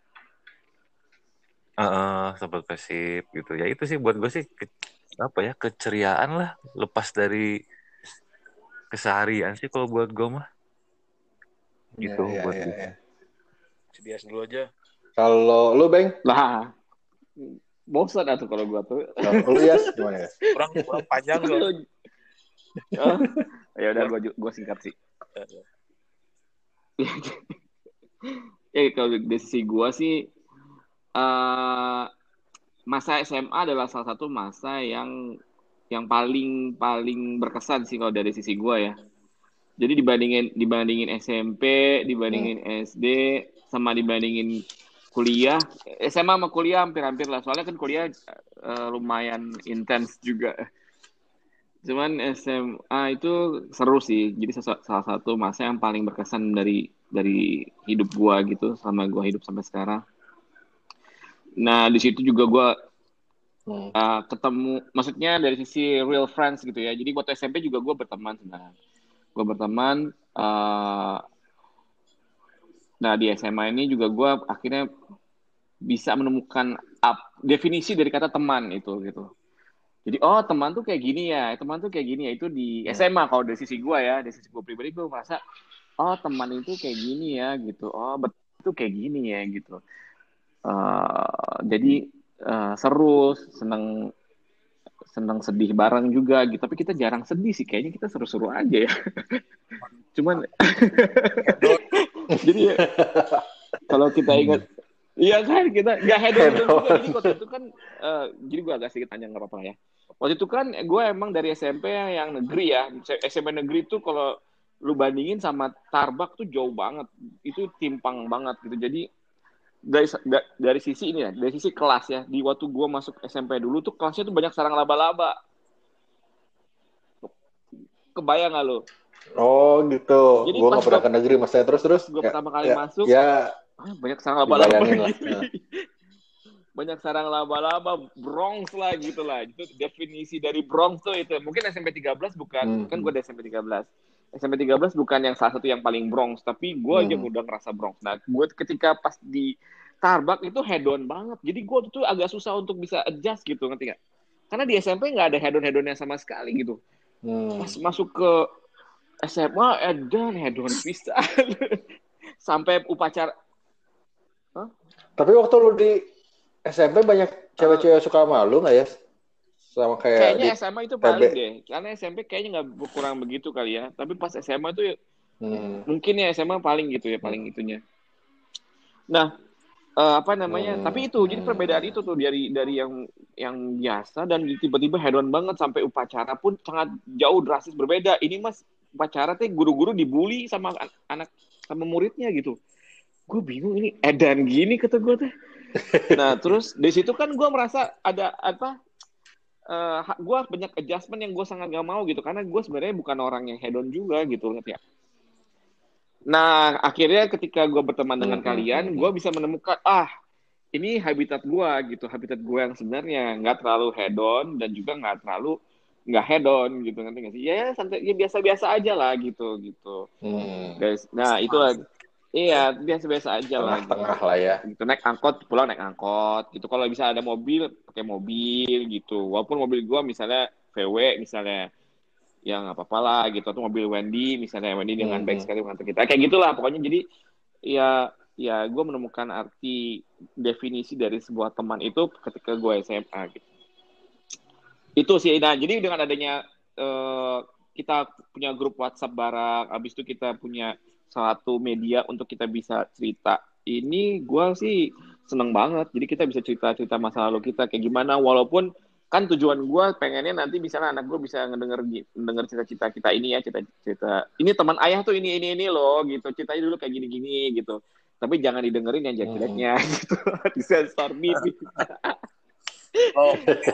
Uh, sempat Persib gitu ya itu sih buat gue sih ke, apa ya keceriaan lah lepas dari keseharian sih kalau buat gue mah gitu ya, ya, buat ya, gue ya. Sebias dulu aja kalau lu Beng lah bosan atuh kalau gue tuh oh, lu ya gimana ya kurang kurang panjang tuh oh, ya udah gue gue singkat sih ya kalau dari sisi gue sih Uh, masa S M A adalah salah satu masa yang yang paling paling berkesan sih kalau dari sisi gue ya. Jadi dibandingin dibandingin S M P, dibandingin hmm. S D, sama dibandingin kuliah, S M A sama kuliah hampir-hampir lah. Soalnya kan kuliah uh, lumayan intens juga. Cuman S M A itu seru sih. Jadi salah satu masa yang paling berkesan dari dari hidup gue gitu, sama gue hidup sampai sekarang. Nah di situ juga gue hmm. uh, ketemu, maksudnya dari sisi real friends gitu ya. Jadi waktu S M P juga gue berteman sebenarnya. Gue berteman. Uh, nah di S M A ini juga gue akhirnya bisa menemukan up, definisi dari kata teman itu gitu. Jadi oh teman tuh kayak gini ya, teman tuh kayak gini ya itu di hmm. S M A kalau dari sisi gue ya, dari sisi gue pribadi gue merasa oh teman itu kayak gini ya gitu. Oh betul itu kayak gini ya gitu. Uh, jadi uh, seru, seneng seneng sedih bareng juga gitu. Tapi kita jarang sedih sih, kayaknya kita seru-seru aja ya. Cuman jadi kalau kita ingat, iya kan kita nggak hedon juga. Jadi waktu itu kan, uh, jadi gue agak sedikit tanya nggak apa-apa ya. Waktu itu kan gue emang dari S M P yang negeri ya. S M P negeri tuh kalau lu bandingin sama Tarbak tuh jauh banget, itu timpang banget gitu. Jadi dari dari sisi ini ya, dari sisi kelas ya, di waktu gue masuk S M P dulu tuh kelasnya tuh banyak sarang laba-laba. Kebayang gak lo? Oh gitu. Gue nggak pernah ke negeri, maksudnya terus terus. Gue ya, pertama kali ya, masuk, ya ah, banyak sarang laba-laba. Ya. Banyak sarang laba-laba, Bronx lah gitu lah. Itu definisi dari Bronx tuh itu. Mungkin S M P tiga belas bukan, hmm. kan gue dari S M P tiga belas. S M P tiga belas bukan yang salah satu yang paling Bronx, tapi gue hmm. aja udah ngerasa Bronx. Nah, gue ketika pas di Tarbak itu hedon banget. Jadi gue tuh agak susah untuk bisa adjust gitu, ngerti gak? Karena di S M P nggak ada hedon-hedonnya sama sekali gitu. Hmm. Pas masuk ke S M A, edan hedon pisan. Sampai upacara. Huh? Tapi waktu lu di S M P banyak cewek-cewek uh, suka sama lu nggak ya? Sama kayak kayaknya di S M A itu paling T B deh. Karena S M P kayaknya nggak kurang begitu kali ya. Tapi pas S M A itu hmm. mungkin ya S M A paling gitu ya, paling hmm. itunya. Nah, uh, apa namanya? Hmm. Tapi itu jadi perbedaan itu tuh dari dari yang yang biasa dan tiba-tiba hedon banget sampai upacara pun sangat jauh drastis berbeda. Ini mas upacara teh guru-guru dibully sama anak sama muridnya gitu. gue bingung ini edan gini kata gue teh. Nah terus di situ kan gue merasa ada apa? Uh, gue banyak adjustment yang gue sangat gak mau gitu karena gue sebenarnya bukan orang yang hedon juga gitu ngerti ya. Nah akhirnya ketika gue berteman dengan mm-hmm. kalian, gue bisa menemukan ah ini habitat gue gitu, habitat gue yang sebenarnya nggak terlalu hedon dan juga nggak terlalu nggak hedon gitu ngerti nggak sih? Ya santai, ya biasa-biasa aja lah gitu gitu. Hmm. Guys, nah itu iya biasa-biasa aja lah. Tengah-tengah lah ya. Gitu naik angkot pulang naik angkot gitu. Kalau bisa ada mobil pakai mobil gitu. Walaupun mobil gue misalnya V W misalnya ya nggak apa-apa lah gitu. Atau mobil Wendy misalnya Wendy dengan hmm. baik sekali mengantar kita. Kayak gitulah pokoknya jadi ya ya gue menemukan arti definisi dari sebuah teman itu ketika gue S M A gitu. Itu sih. Nah jadi dengan adanya uh, kita punya grup WhatsApp bareng, abis itu kita punya satu media untuk kita bisa cerita. Ini gue sih seneng banget. Jadi kita bisa cerita-cerita masa lalu kita kayak gimana. Walaupun kan tujuan gue pengennya nanti misalnya anak gue bisa ngedenger ngedenger cerita-cerita kita ini ya, cerita-cerita. Ini teman ayah tuh ini ini ini loh gitu. Ceritanya dulu kayak gini-gini gitu. Tapi jangan didengerin yang jelek-jeleknya hmm. gitu. Disensor nih. Oh,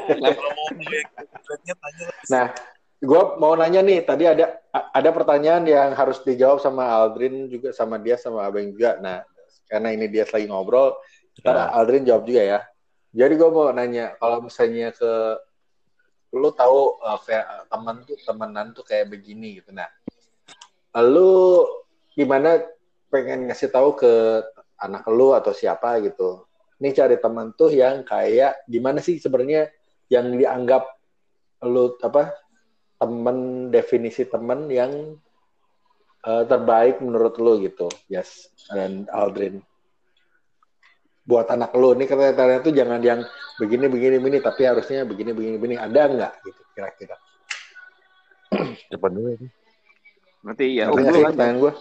nah, gue mau nanya nih. Tadi ada ada pertanyaan yang harus dijawab sama Aldrin juga, sama dia, sama Abeng juga. Nah, karena ini dia lagi ngobrol, ntar nah. Aldrin jawab juga ya. Jadi gue mau nanya, kalau misalnya ke lu tahu uh, kayak teman tuh temenan tuh kayak begini gitu. Nah, lu gimana pengen ngasih tahu ke anak lu atau siapa gitu? Ini cari teman tuh yang kayak gimana sih sebenarnya yang dianggap lu apa teman, definisi teman yang uh, terbaik menurut lu gitu. Yes, dan Aldrin. Buat anak lu nih katanya tuh jangan yang begini begini begini tapi harusnya begini begini begini. Ada nggak gitu kira-kira? Depan dulu. Nanti ya. Oh, dulu pertanyaan gue.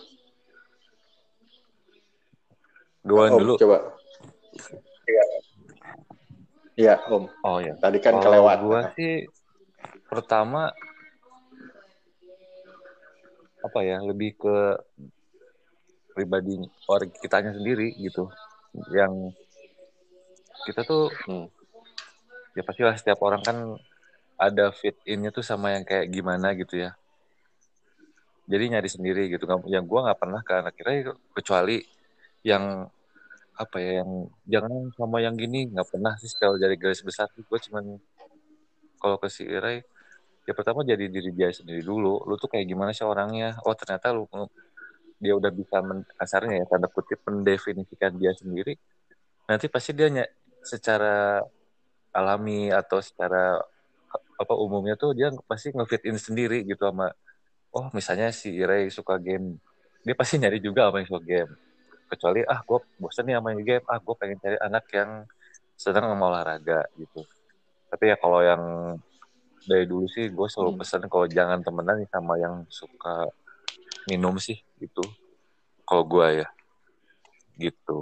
Duluan dulu. Coba. Iya. Iya, Om. Oh ya. Tadi kan kalau kelewat. Gua nah. sih pertama apa ya, lebih ke pribadi orang kitanya sendiri gitu. Yang kita tuh hmm. ya pastilah setiap orang kan ada fit in-nya tuh sama yang kayak gimana gitu ya. Jadi nyari sendiri gitu. Yang gua nggak pernah ke anak kira kecuali yang apa ya, yang jangan sama yang gini, nggak pernah sih. Kalau dari garis besar tuh gue cuman kalau ke si Irai ya pertama jadi diri dia sendiri dulu. Lu tuh kayak gimana sih orangnya? Oh ternyata lu dia udah bisa men, kasarnya ya tanda kutip mendefinisikan dia sendiri. Nanti pasti dia ny- secara alami atau secara apa umumnya tuh dia pasti nge-fit in sendiri gitu sama oh misalnya si Irai suka game, dia pasti nyari juga apa yang suka game. Kecuali ah gue bosan nih main game, ah gue pengen cari anak yang sedang mau olahraga gitu. Tapi ya kalau yang dari dulu sih gue selalu pesan kalau jangan temenan sama yang suka minum sih gitu. Kalau gue ya gitu.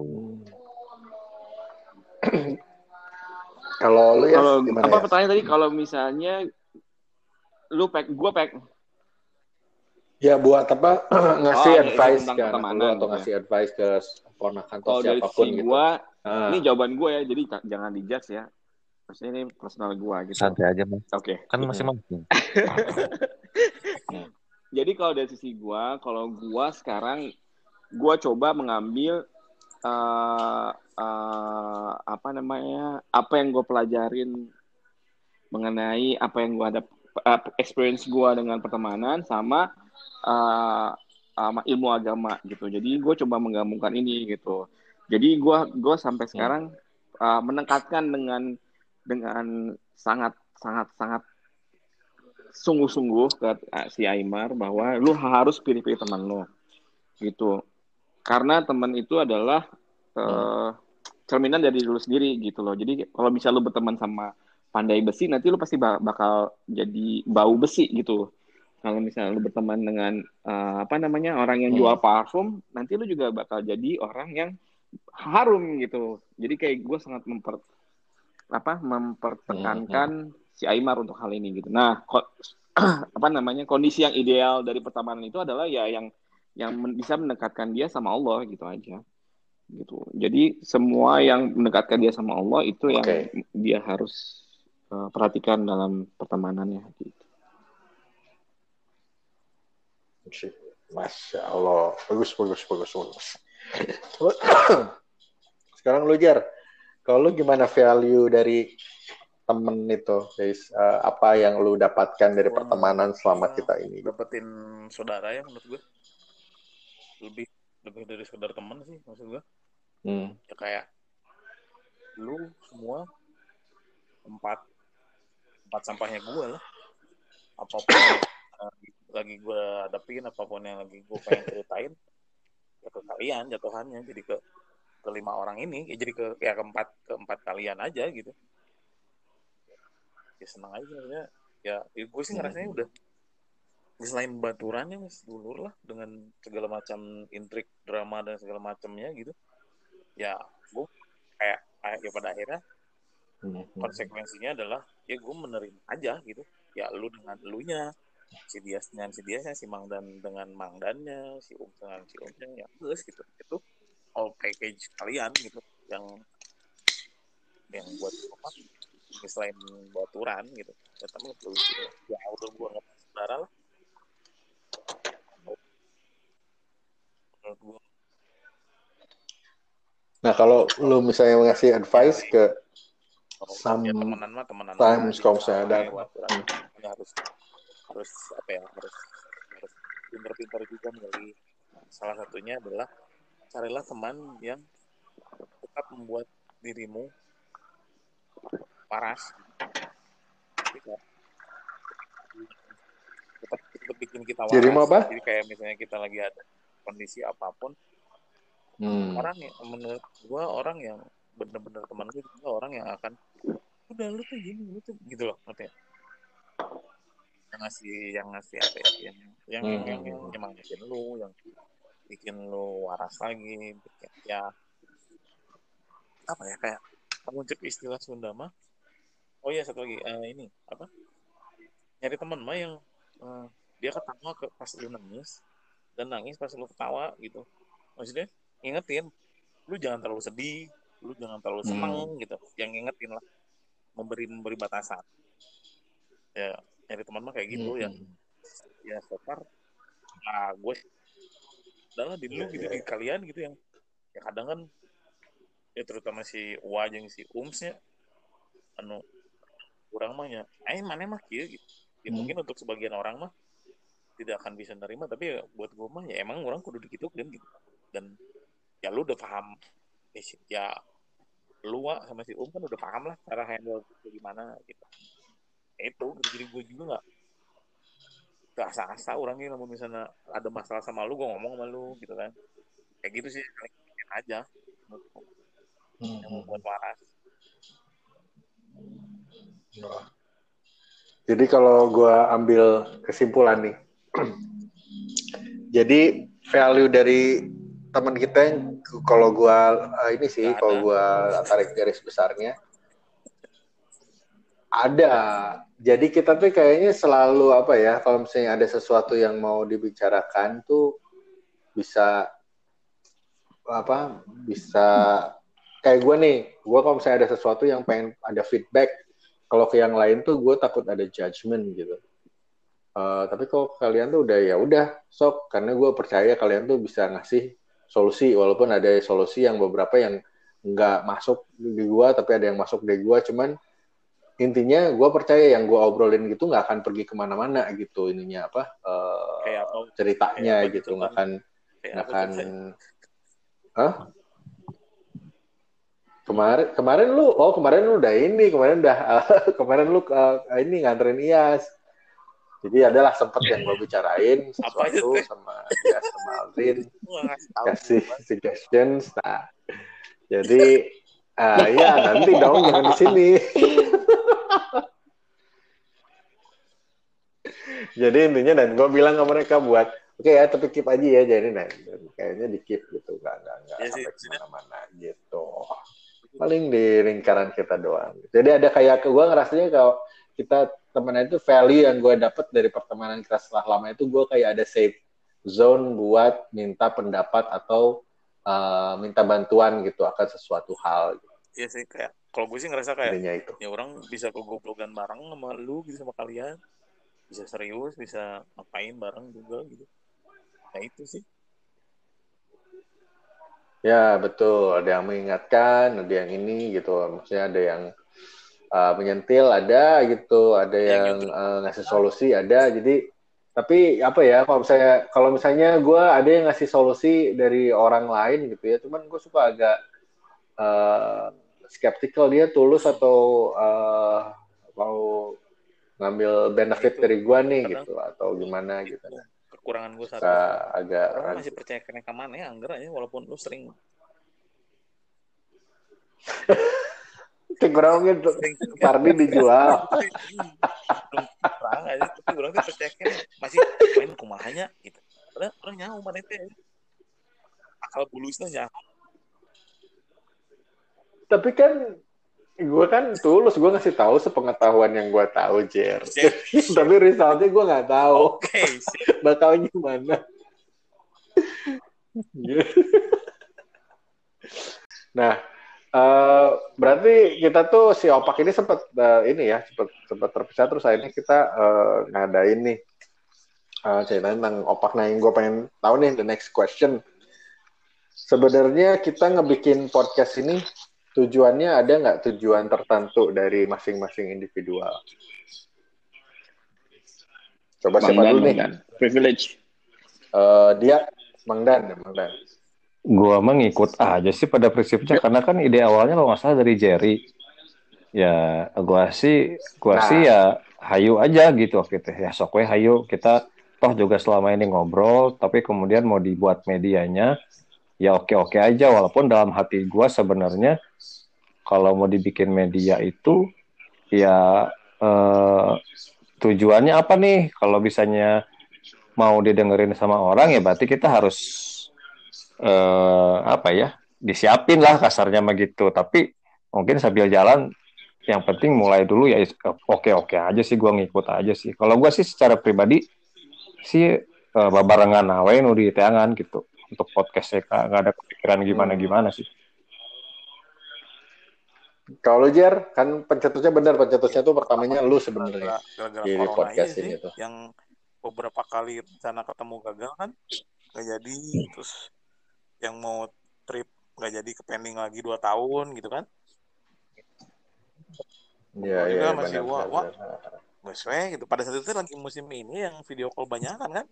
Kalau lu ya kalau apa ya? pertanyaan tadi kalau misalnya lu pack gue pack ya buat apa ngasih oh, advice ke anak lu atau gitu ngasih ya? Advice ke ponakan atau siapapun gitu. Gua, ah. Ini jawaban gue ya, jadi t- jangan dijudge ya. Maksudnya ini personal gue gitu. Santai aja mas. Oke. Okay. Kan masih mampu. Jadi kalau dari sisi gue, kalau gue sekarang gue coba mengambil uh, uh, apa namanya, apa yang gue pelajarin mengenai apa yang gue ada uh, experience gue dengan pertemanan sama Uh, uh, ilmu agama gitu. Jadi gue coba menggabungkan ini gitu. Jadi gue gue sampai sekarang uh, menekatkan dengan dengan sangat sangat sangat sungguh-sungguh ke uh, si Aimar bahwa lu harus pilih-pilih teman lu gitu. Karena teman itu adalah uh, cerminan dari lu sendiri gitu loh. Jadi kalau bisa lu berteman sama pandai besi, nanti lu pasti bakal jadi bau besi gitu. Kalau misalnya lu berteman dengan uh, apa namanya orang yang jual parfum, nanti lu juga bakal jadi orang yang harum gitu. Jadi kayak gue sangat memper apa mempertekankan hmm. si Aimar untuk hal ini gitu. Nah, ko- apa namanya kondisi yang ideal dari pertemanan itu adalah ya yang yang men- bisa mendekatkan dia sama Allah gitu aja. gitu. Jadi semua yang mendekatkan dia sama Allah itu yang okay. dia harus uh, perhatikan dalam pertemanannya gitu. Masya Allah, bagus bagus bagus bagus. Sekarang lu Jar, kalau lu gimana value dari temen itu, guys? Uh, apa yang lu dapatkan dari pertemanan selama kita ini? Dapetin saudara ya menurut gue. Lebih lebih dari sekedar teman sih maksud gue. Hmm. Ya kayak lu semua tempat tempat sampahnya gue lah. Apapun yang lagi gue hadapin, apapun yang lagi gue pengen ceritain, ya ke kalian jatuhannya. Jadi ke kelima orang ini, ya jadi ke ya keempat keempat kalian aja gitu. Ya senang aja maksudnya. Ya, ya gue sih ngerasanya udah selain baturannya mas dulur lah dengan segala macam intrik drama dan segala macamnya gitu. Ya gue kayak, kayak ya pada akhirnya konsekuensinya adalah ya gue menerima aja gitu. Ya lu dengan elunya, si Dias dengan si Diasnya, si Mangdan dengan Mangdannya, si Um dengan si Umnya, ya plus gitu. Itu all package kalian gitu yang yang buat apa? Selain baturan gitu. Ya tapi lu ya udah gue nggak saudara lah. Nah kalau lu misalnya ngasih advice ke some ya, temenan mah temenan times kalau misalnya ada hmm. harus harus apa ya harus harus pintar-pintar juga milih. Salah satunya adalah carilah teman yang tetap membuat dirimu waras. Tetap, tetap bikin kita waras. Dirimu apa? Jadi kayak misalnya kita lagi ada kondisi apapun, hmm. orang yang menurut gua orang yang benar-benar teman gue juga orang yang akan udah lu tuh gini lu tuh gitu loh ngerti ya? yang ngasih yang ngasih apa ya yang yang hmm. yang, yang nyemangatin lu yang bikin lu waras lagi bikin, ya apa ya kayak mengucap istilah Sunda mah oh iya satu lagi uh, ini apa nyari teman mah yang uh, dia ketawa ke pas lu nangis dan nangis pas lu ketawa gitu maksudnya ingetin lu jangan terlalu sedih lu jangan terlalu senang hmm. gitu yang ingetin lah memberi memberi batasan ya nyari teman mah kayak gitu hmm. ya ya so far nah gue adalah di lu gitu di kalian gitu yang ya kadang kan ya terutama si Wajeng si Umsnya anu kurang mah ya eh mana mah kieu gitu ya hmm. mungkin untuk sebagian orang mah tidak akan bisa nerima tapi ya buat gue mah ya emang orang kudu digituin gitu dan ya lu udah paham ya lu Wak, sama si Um kan udah paham lah cara handle gimana gitu ya itu jadi gue juga nggak gak asa-asa orangnya namun misalnya ada masalah sama lu gue ngomong sama lu gitu kan kayak gitu sih kalian aja hmm. yang membuat waras. Jadi kalau gue ambil kesimpulan nih jadi value dari teman kita yang kalau gue uh, ini sih kalau gue tarik garis besarnya ada jadi kita tuh kayaknya selalu apa ya kalau misalnya ada sesuatu yang mau dibicarakan tuh bisa apa bisa kayak gue nih gue kalau misalnya ada sesuatu yang pengen ada feedback kalau ke yang lain tuh gue takut ada judgement gitu uh, tapi kalau kalian tuh udah ya udah sok karena gue percaya kalian tuh bisa ngasih solusi walaupun ada solusi yang beberapa yang nggak masuk di gua tapi ada yang masuk di gua cuman intinya gua percaya yang gua obrolin gitu nggak akan pergi kemana-mana gitu ininya apa uh, apa, ceritanya gitu nggak akan nggak akan Hah? kemarin kemarin lu oh kemarin lu udah ini kemarin udah uh, kemarin lu uh, ini nganterin Iyas. Jadi adalah sempat yang gue bicarain sesuatu sama dia sama Aldrin kasih suggestions. Nah, jadi uh, ya nanti dong jangan di sini. Jadi intinya dan gue bilang ke mereka buat oke okay ya tapi keep aja ya jadi nah kayaknya di keep gitu nggak nggak nggak ya, sampai kemana-mana gitu. Paling di lingkaran kita doang. Jadi ada kayak gue ngerasanya kalau kita temenan itu value yang gue dapet dari pertemanan kita setelah lama itu gue kayak ada safe zone buat minta pendapat atau uh, minta bantuan gitu akan sesuatu hal. Iya sih, kayak kalau gue sih ngerasa kayak itu. ya orang bisa kegoblokan bareng sama lu gitu, sama kalian, bisa serius, bisa ngapain bareng juga gitu. Nah itu sih. Ya betul, ada yang mengingatkan, ada yang ini gitu, maksudnya ada yang uh, menyentil, ada gitu, ada yang, yang uh, ngasih solusi, ada. Jadi tapi apa ya, kalau misalnya kalau misalnya gue ada yang ngasih solusi dari orang lain gitu ya, cuman gue suka agak uh, skeptical dia tulus atau uh, mau ngambil benefit dari gue nih gitu atau gimana gitu. Kekurangan gue satu, agak orang masih percaya kena keman ya, anggar aja walaupun lu sering kurangnya Pardi dijual. Perang aja, tapi orang tuh percaya masih main kumahanya gitu. Orang orang nyaho mana teh. Akal bulusnya nyaho. Tapi kan gue kan tulus, gue ngasih tahu sepengetahuan yang gue tahu, Jer. Tapi resultnya gue nggak tahu. Oke, okay, bakal gimana? Nah, uh, berarti kita tuh si Opak ini sempat uh, ini ya, sempat sempat terpisah, terus akhirnya kita uh, ngadain nih uh, cerita tentang Opak. Nah, yang gue pengen tahu nih, the next question. Sebenarnya kita ngebikin podcast ini tujuannya ada nggak tujuan tertentu dari masing-masing individual? Coba Mang siapa Dan, dulu Mang nih? Dan. Privilege. Uh, dia, Mang Dan, Mang Dan. Gua mengikut aja sih pada prinsipnya, yep. Karena kan ide awalnya kalau nggak salah dari Jerry. Ya, gua sih, gua nah. sih ya hayu aja gitu, gitu. Ya sok we hayu, kita toh juga selama ini ngobrol, tapi kemudian mau dibuat medianya. Ya oke-oke aja, walaupun dalam hati gue sebenarnya kalau mau dibikin media itu ya eh, tujuannya apa nih? Kalau bisanya mau didengerin sama orang ya berarti kita harus eh, apa ya, disiapin lah kasarnya begitu. Tapi mungkin sambil jalan yang penting mulai dulu ya oke-oke aja sih, gue ngikut aja sih. Kalau gue sih secara pribadi sih eh, babarengan awe nu di tangan gitu. Untuk podcastnya nggak ada kepikiran gimana-gimana sih. Kalau Jer, kan pencetusnya benar, pencetusnya tuh pertamanya lu sebenarnya di podcast ini tuh. Yang beberapa kali rencana ketemu gagal kan, nggak jadi, terus yang mau trip nggak jadi, ke pending lagi dua tahun gitu kan. Iya, iya, masih wah, wah, nggak gitu. Pada saat itu lagi musim ini yang video call banyakan kan.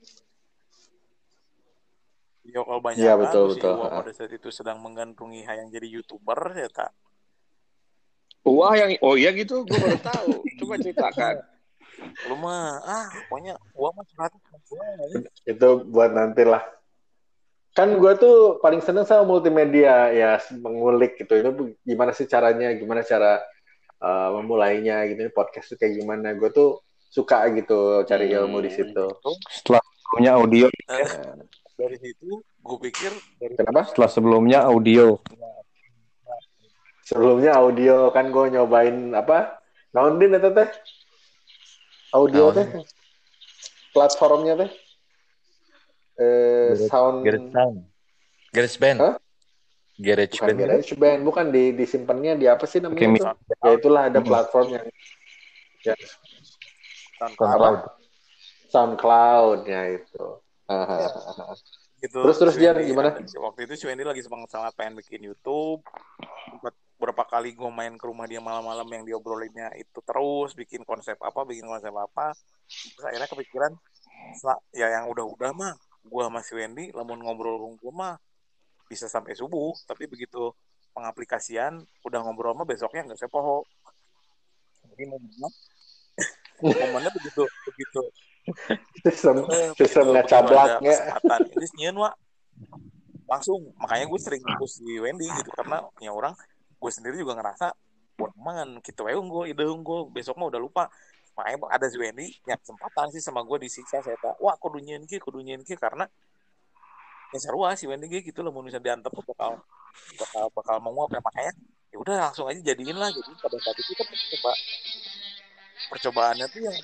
Video call banyak ya, kan, betul, betul. Wah, pada saat itu sedang menggandrungi yang jadi YouTuber ya tak. Wah yang oh iya gitu, gue baru tahu. Coba ceritakan. Lu mah ah pokoknya gua mah curhat itu buat nanti lah. Kan gue tuh paling seneng sama multimedia ya, mengulik gitu. Itu gimana sih caranya, gimana cara uh, memulainya gitu, podcast tuh kayak gimana. Gue tuh suka gitu cari ilmu hmm, di situ. Setelah punya audio ya. Dari situ gue pikir dari kenapa? Setelah sebelumnya audio. Sebelumnya audio kan gue nyobain apa? Naondin eta teh. Audio teh. Platformnya teh. Eh sound Garage Sound. Garage Band. Hah? Garage bukan Band. Garage Band, bukan di disimpannya di apa sih namanya itu? Ya itulah ada platform yang ya. SoundCloud. SoundCloud-nya itu. Ya. Gitu, terus terus dia gimana? Waktu itu si Wendy lagi semangat-semangat pengen bikin YouTube. Berapa kali gue main ke rumah dia malam-malam yang diobrolinnya itu terus, bikin konsep apa, bikin konsep apa. Terus akhirnya kepikiran, ya yang udah-udah mah, gue sama si Wendy, lamun ngobrol gue mah bisa sampai subuh. Tapi begitu pengaplikasian, udah ngobrol mah besoknya nggak sepoho. Jadi momennya, momennya begitu, begitu. Sistem, sistem ngecablaknya. Kesempatan ini nyian wa langsung, makanya gue sering push di Wendy gitu, karena ya orang gue sendiri juga ngerasa buat man gitu ya unggul ide unggul besok mah udah lupa, makanya ada si Wendy ya kesempatan sih sama gue disiksa saya tak wah kudu nyian ki kudu nyian ki karena ya seru si Wendy gitu loh, mau bisa diantep bakal bakal bakal menguap ya, makanya ya udah langsung aja jadiin lah. Jadi pada saat itu kan coba percobaannya tuh yang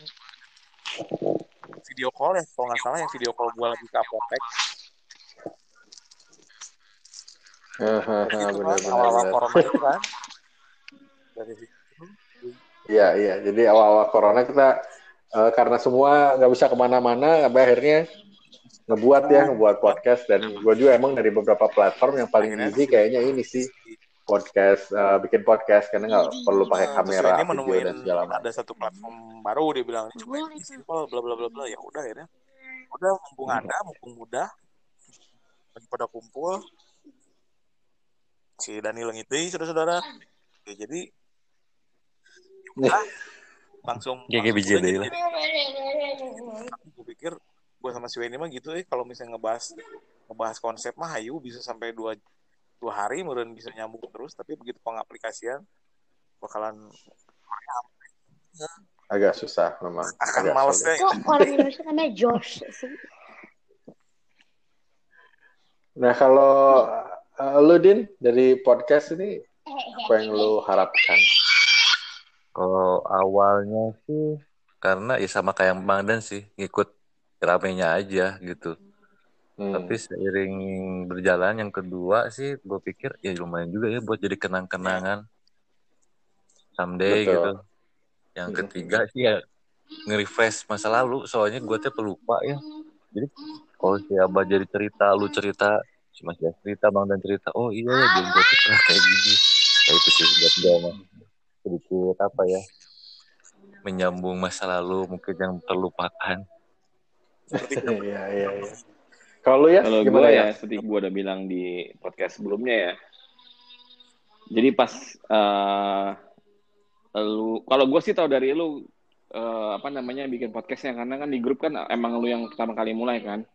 video call ya, kalau nggak salah yang video call gue lagi ke apotek. Dari situ kan awal-awal corona itu kan. Dari situ. Iya iya. Jadi awal-awal corona kita uh, karena semua nggak bisa kemana-mana, akhirnya ngebuat ya ngebuat podcast dan gue juga emang dari beberapa platform yang paling akhirnya easy kayaknya ini sih podcast uh, bikin podcast karena nggak perlu pakai kamera ini video dan segala macam. Ada satu platform baru dia bilang coba ini simple bla bla bla bla ya udah akhirnya udah mumpung ada mumpung mudah lagi pada kumpul si Daniel ngiti saudara-saudara ya, jadi udah langsung G G B J deh lah. Gue pikir gue sama si Wendy mah gitu eh kalau misalnya ngebahas ngebahas konsep mah hayu bisa sampai dua dua hari meureun bisa nyambung terus tapi begitu pengaplikasian bakalan agak susah memang akan agak malesnya kok orang Indonesia namanya Josh sih. Nah kalau uh, lu Din dari podcast ini apa yang lu harapkan? Kalau awalnya sih karena ya sama kayak Bang Dan sih ngikut ramenya aja gitu. Hmm. Tapi seiring berjalan yang kedua sih gue pikir ya lumayan juga ya buat jadi kenang-kenangan someday. Betul. Gitu. Yang ketiga sih ya nge-refresh masa lalu soalnya gue tuh pelupa ya. Jadi kalau si Abah jadi cerita, lu cerita, si Mas Jas cerita, Bang Dan cerita, oh iya ya dulu gue tuh pernah kayak gini. Ya itu sih buat gue mah sedikit apa ya menyambung masa lalu mungkin yang terlupakan. Iya iya iya. Kalau ya kalau gue ya, ya seperti gue udah bilang di podcast sebelumnya ya. Jadi pas uh, lu kalau gue sih tahu dari lu uh, apa namanya bikin podcastnya karena kan di grup kan emang lu yang pertama kali mulai kan.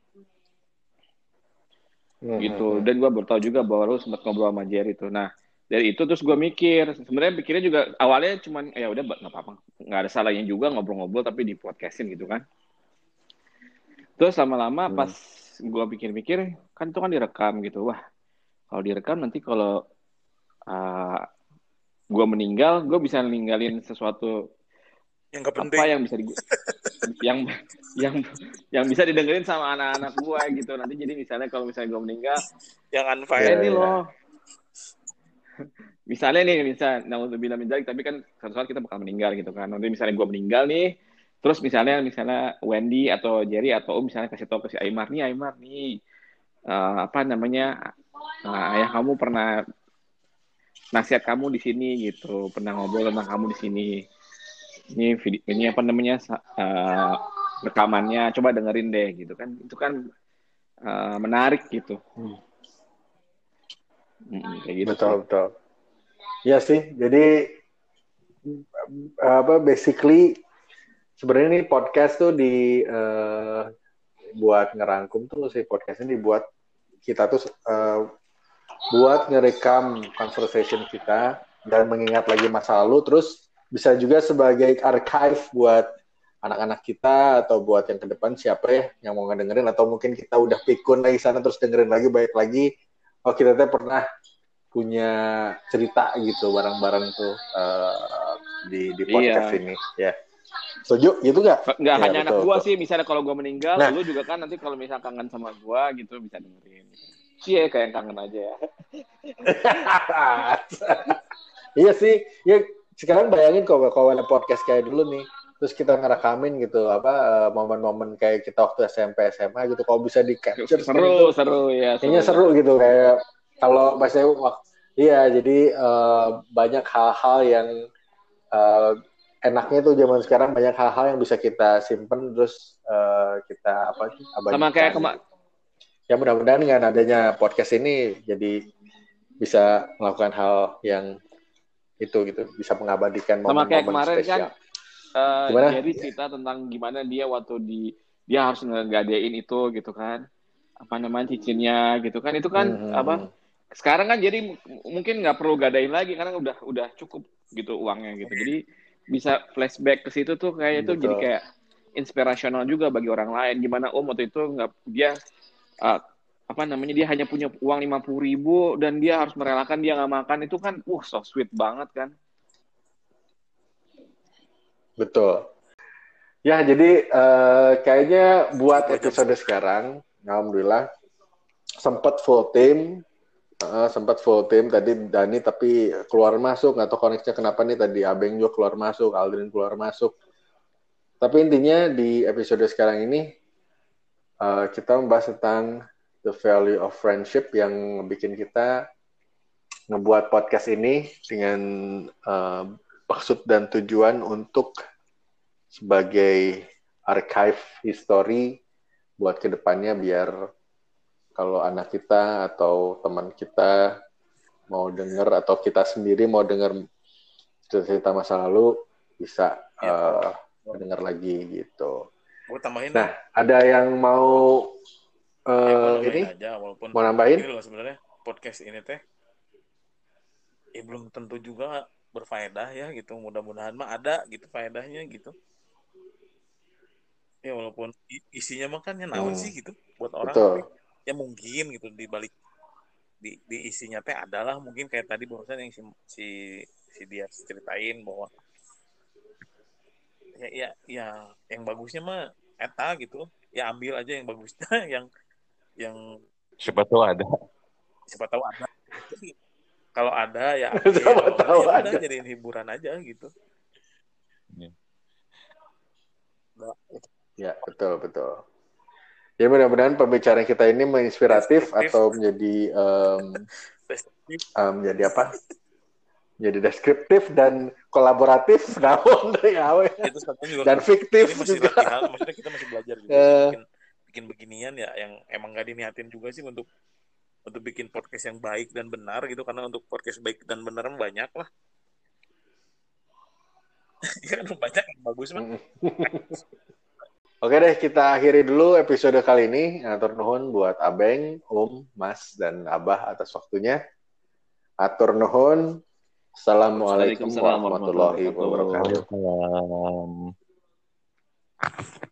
Hmm, gitu. Hmm. Dan gue baru tahu juga bahwa lu sempat ngobrol sama Jerry itu. Nah, dari itu terus gue mikir, sebenarnya pikirnya juga awalnya cuman ya udah nggak apa-apa, nggak ada salahnya juga ngobrol-ngobrol tapi di podcastin gitu kan. Terus lama-lama hmm. pas gue pikir-pikir kan itu kan direkam gitu, wah kalau direkam nanti kalau uh, gue meninggal, gue bisa ninggalin sesuatu yang apa yang bisa di, yang yang yang bisa didengerin sama anak-anak gue gitu. Nanti jadi misalnya kalau misalnya gue meninggal, jangan file ini loh. Misalnya nih, misalnya, nah untuk bilang menjalik, tapi kan suatu saat kita bakal meninggal gitu kan. Nanti misalnya gue meninggal nih, terus misalnya misalnya Wendy atau Jerry atau Om misalnya kasih tahu ke si Aymar nih, Aymar nih, uh, apa namanya, uh, ayah kamu pernah nasihat kamu di sini gitu, pernah ngobrol tentang kamu di sini. Ini video, ini apa namanya uh, rekamannya, coba dengerin deh gitu kan. Itu kan uh, menarik gitu. Hmm. Hmm, kayak gitu. Betul, sih. Betul. Ya sih, jadi apa basically sebenarnya nih podcast tuh di uh, buat ngerangkum tuh si podcastnya dibuat kita tuh uh, buat ngerekam conversation kita dan mengingat lagi masa lalu, terus bisa juga sebagai archive buat anak-anak kita atau buat yang ke depan siapa ya yang mau ngedengerin, atau mungkin kita udah pikun lagi sana terus dengerin lagi baik lagi, oh kita tuh pernah punya cerita gitu bareng-bareng tuh uh, di di podcast iya. ini ya. Setuju gitu nggak? Nggak ya, hanya betul, anak gua betul. Sih, misalnya kalau gua meninggal, nah. Lu juga kan nanti kalau misalnya kangen sama gua gitu bisa dengerin. Cie kayak kangen aja ya. Iya sih, ya sekarang bayangin kalau kalau ada podcast kayak dulu nih, terus kita ngerekamin gitu apa momen-momen kayak kita waktu S M P S M A gitu, kalau bisa di capture seru gitu, seru ya. Kayaknya seru gitu kayak kalau Mas Ewu, iya jadi uh, banyak hal-hal yang uh, enaknya tuh zaman sekarang banyak hal-hal yang bisa kita simpen terus uh, kita apa sih abadikan. Sama kayak kemarin. Ya mudah-mudahan dengan adanya podcast ini jadi bisa melakukan hal yang itu gitu, bisa mengabadikan momen-momen spesial. Sama kayak kemarin spesial. Kan uh, Jerry cerita tentang gimana dia waktu di dia harus ngegadein itu gitu kan. Apa namanya cicinnya gitu kan, itu kan hmm. apa sekarang kan jadi mungkin nggak perlu gadain lagi karena udah udah cukup gitu uangnya gitu. Jadi bisa flashback ke situ tuh kayak itu jadi kayak inspirasional juga bagi orang lain. Gimana Om waktu itu nggak dia uh, apa namanya dia hanya punya uang lima puluh ribu dan dia harus merelakan dia nggak makan, itu kan uh so sweet banget kan. Betul. Ya jadi uh, kayaknya buat episode sekarang alhamdulillah sempat full team. uh, sempat full tim tadi Dani tapi keluar masuk, nggak tahu koneksinya kenapa nih tadi Abeng juga keluar masuk, Aldrin keluar masuk. Tapi intinya di episode sekarang ini uh, kita membahas tentang the value of friendship yang bikin kita ngebuat podcast ini dengan uh, maksud dan tujuan untuk sebagai archive history buat kedepannya biar kalau anak kita atau teman kita mau denger atau kita sendiri mau denger cerita masa lalu bisa ya, uh, mendengar lagi gitu. Tambahin nah, deh. Ada yang mau uh, ya, ini aja, walaupun mau nambahin? Ini loh sebenarnya podcast ini teh ya belum tentu juga berfaedah ya gitu. Mudah-mudahan mah ada gitu faedahnya gitu. Ya walaupun isinya mah kan naon hmm. sih gitu buat orang tapi ya mungkin gitu di balik di, di isinya teh adalah mungkin kayak tadi barusan yang si si, si dia ceritain bahwa ya ya ya yang bagusnya mah eta gitu ya ambil aja yang bagusnya yang yang siapa tahu ada siapa tahu ada kalau ada ya siapa ya, tahu ya ada udah jadiin hiburan aja gitu ya. Ya, betul, betul. Ya, mudah-mudahan pembicaraan kita ini menginspiratif atau menjadi um, um, menjadi apa? Jadi deskriptif dan kolaboratif, namun ya, dan fiktif juga. Latihan, maksudnya kita masih belajar juga uh, bikin, bikin beginian ya, yang emang gak diniatin juga sih untuk untuk bikin podcast yang baik dan benar gitu, karena untuk podcast baik dan benar banyak lah. Ya kan banyak yang bagus mah. Oke deh, kita akhiri dulu episode kali ini. Atur nuhun buat Abeng, Om, Mas, dan Abah atas waktunya. Atur nuhun. Assalamualaikum warahmatullahi wabarakatuh.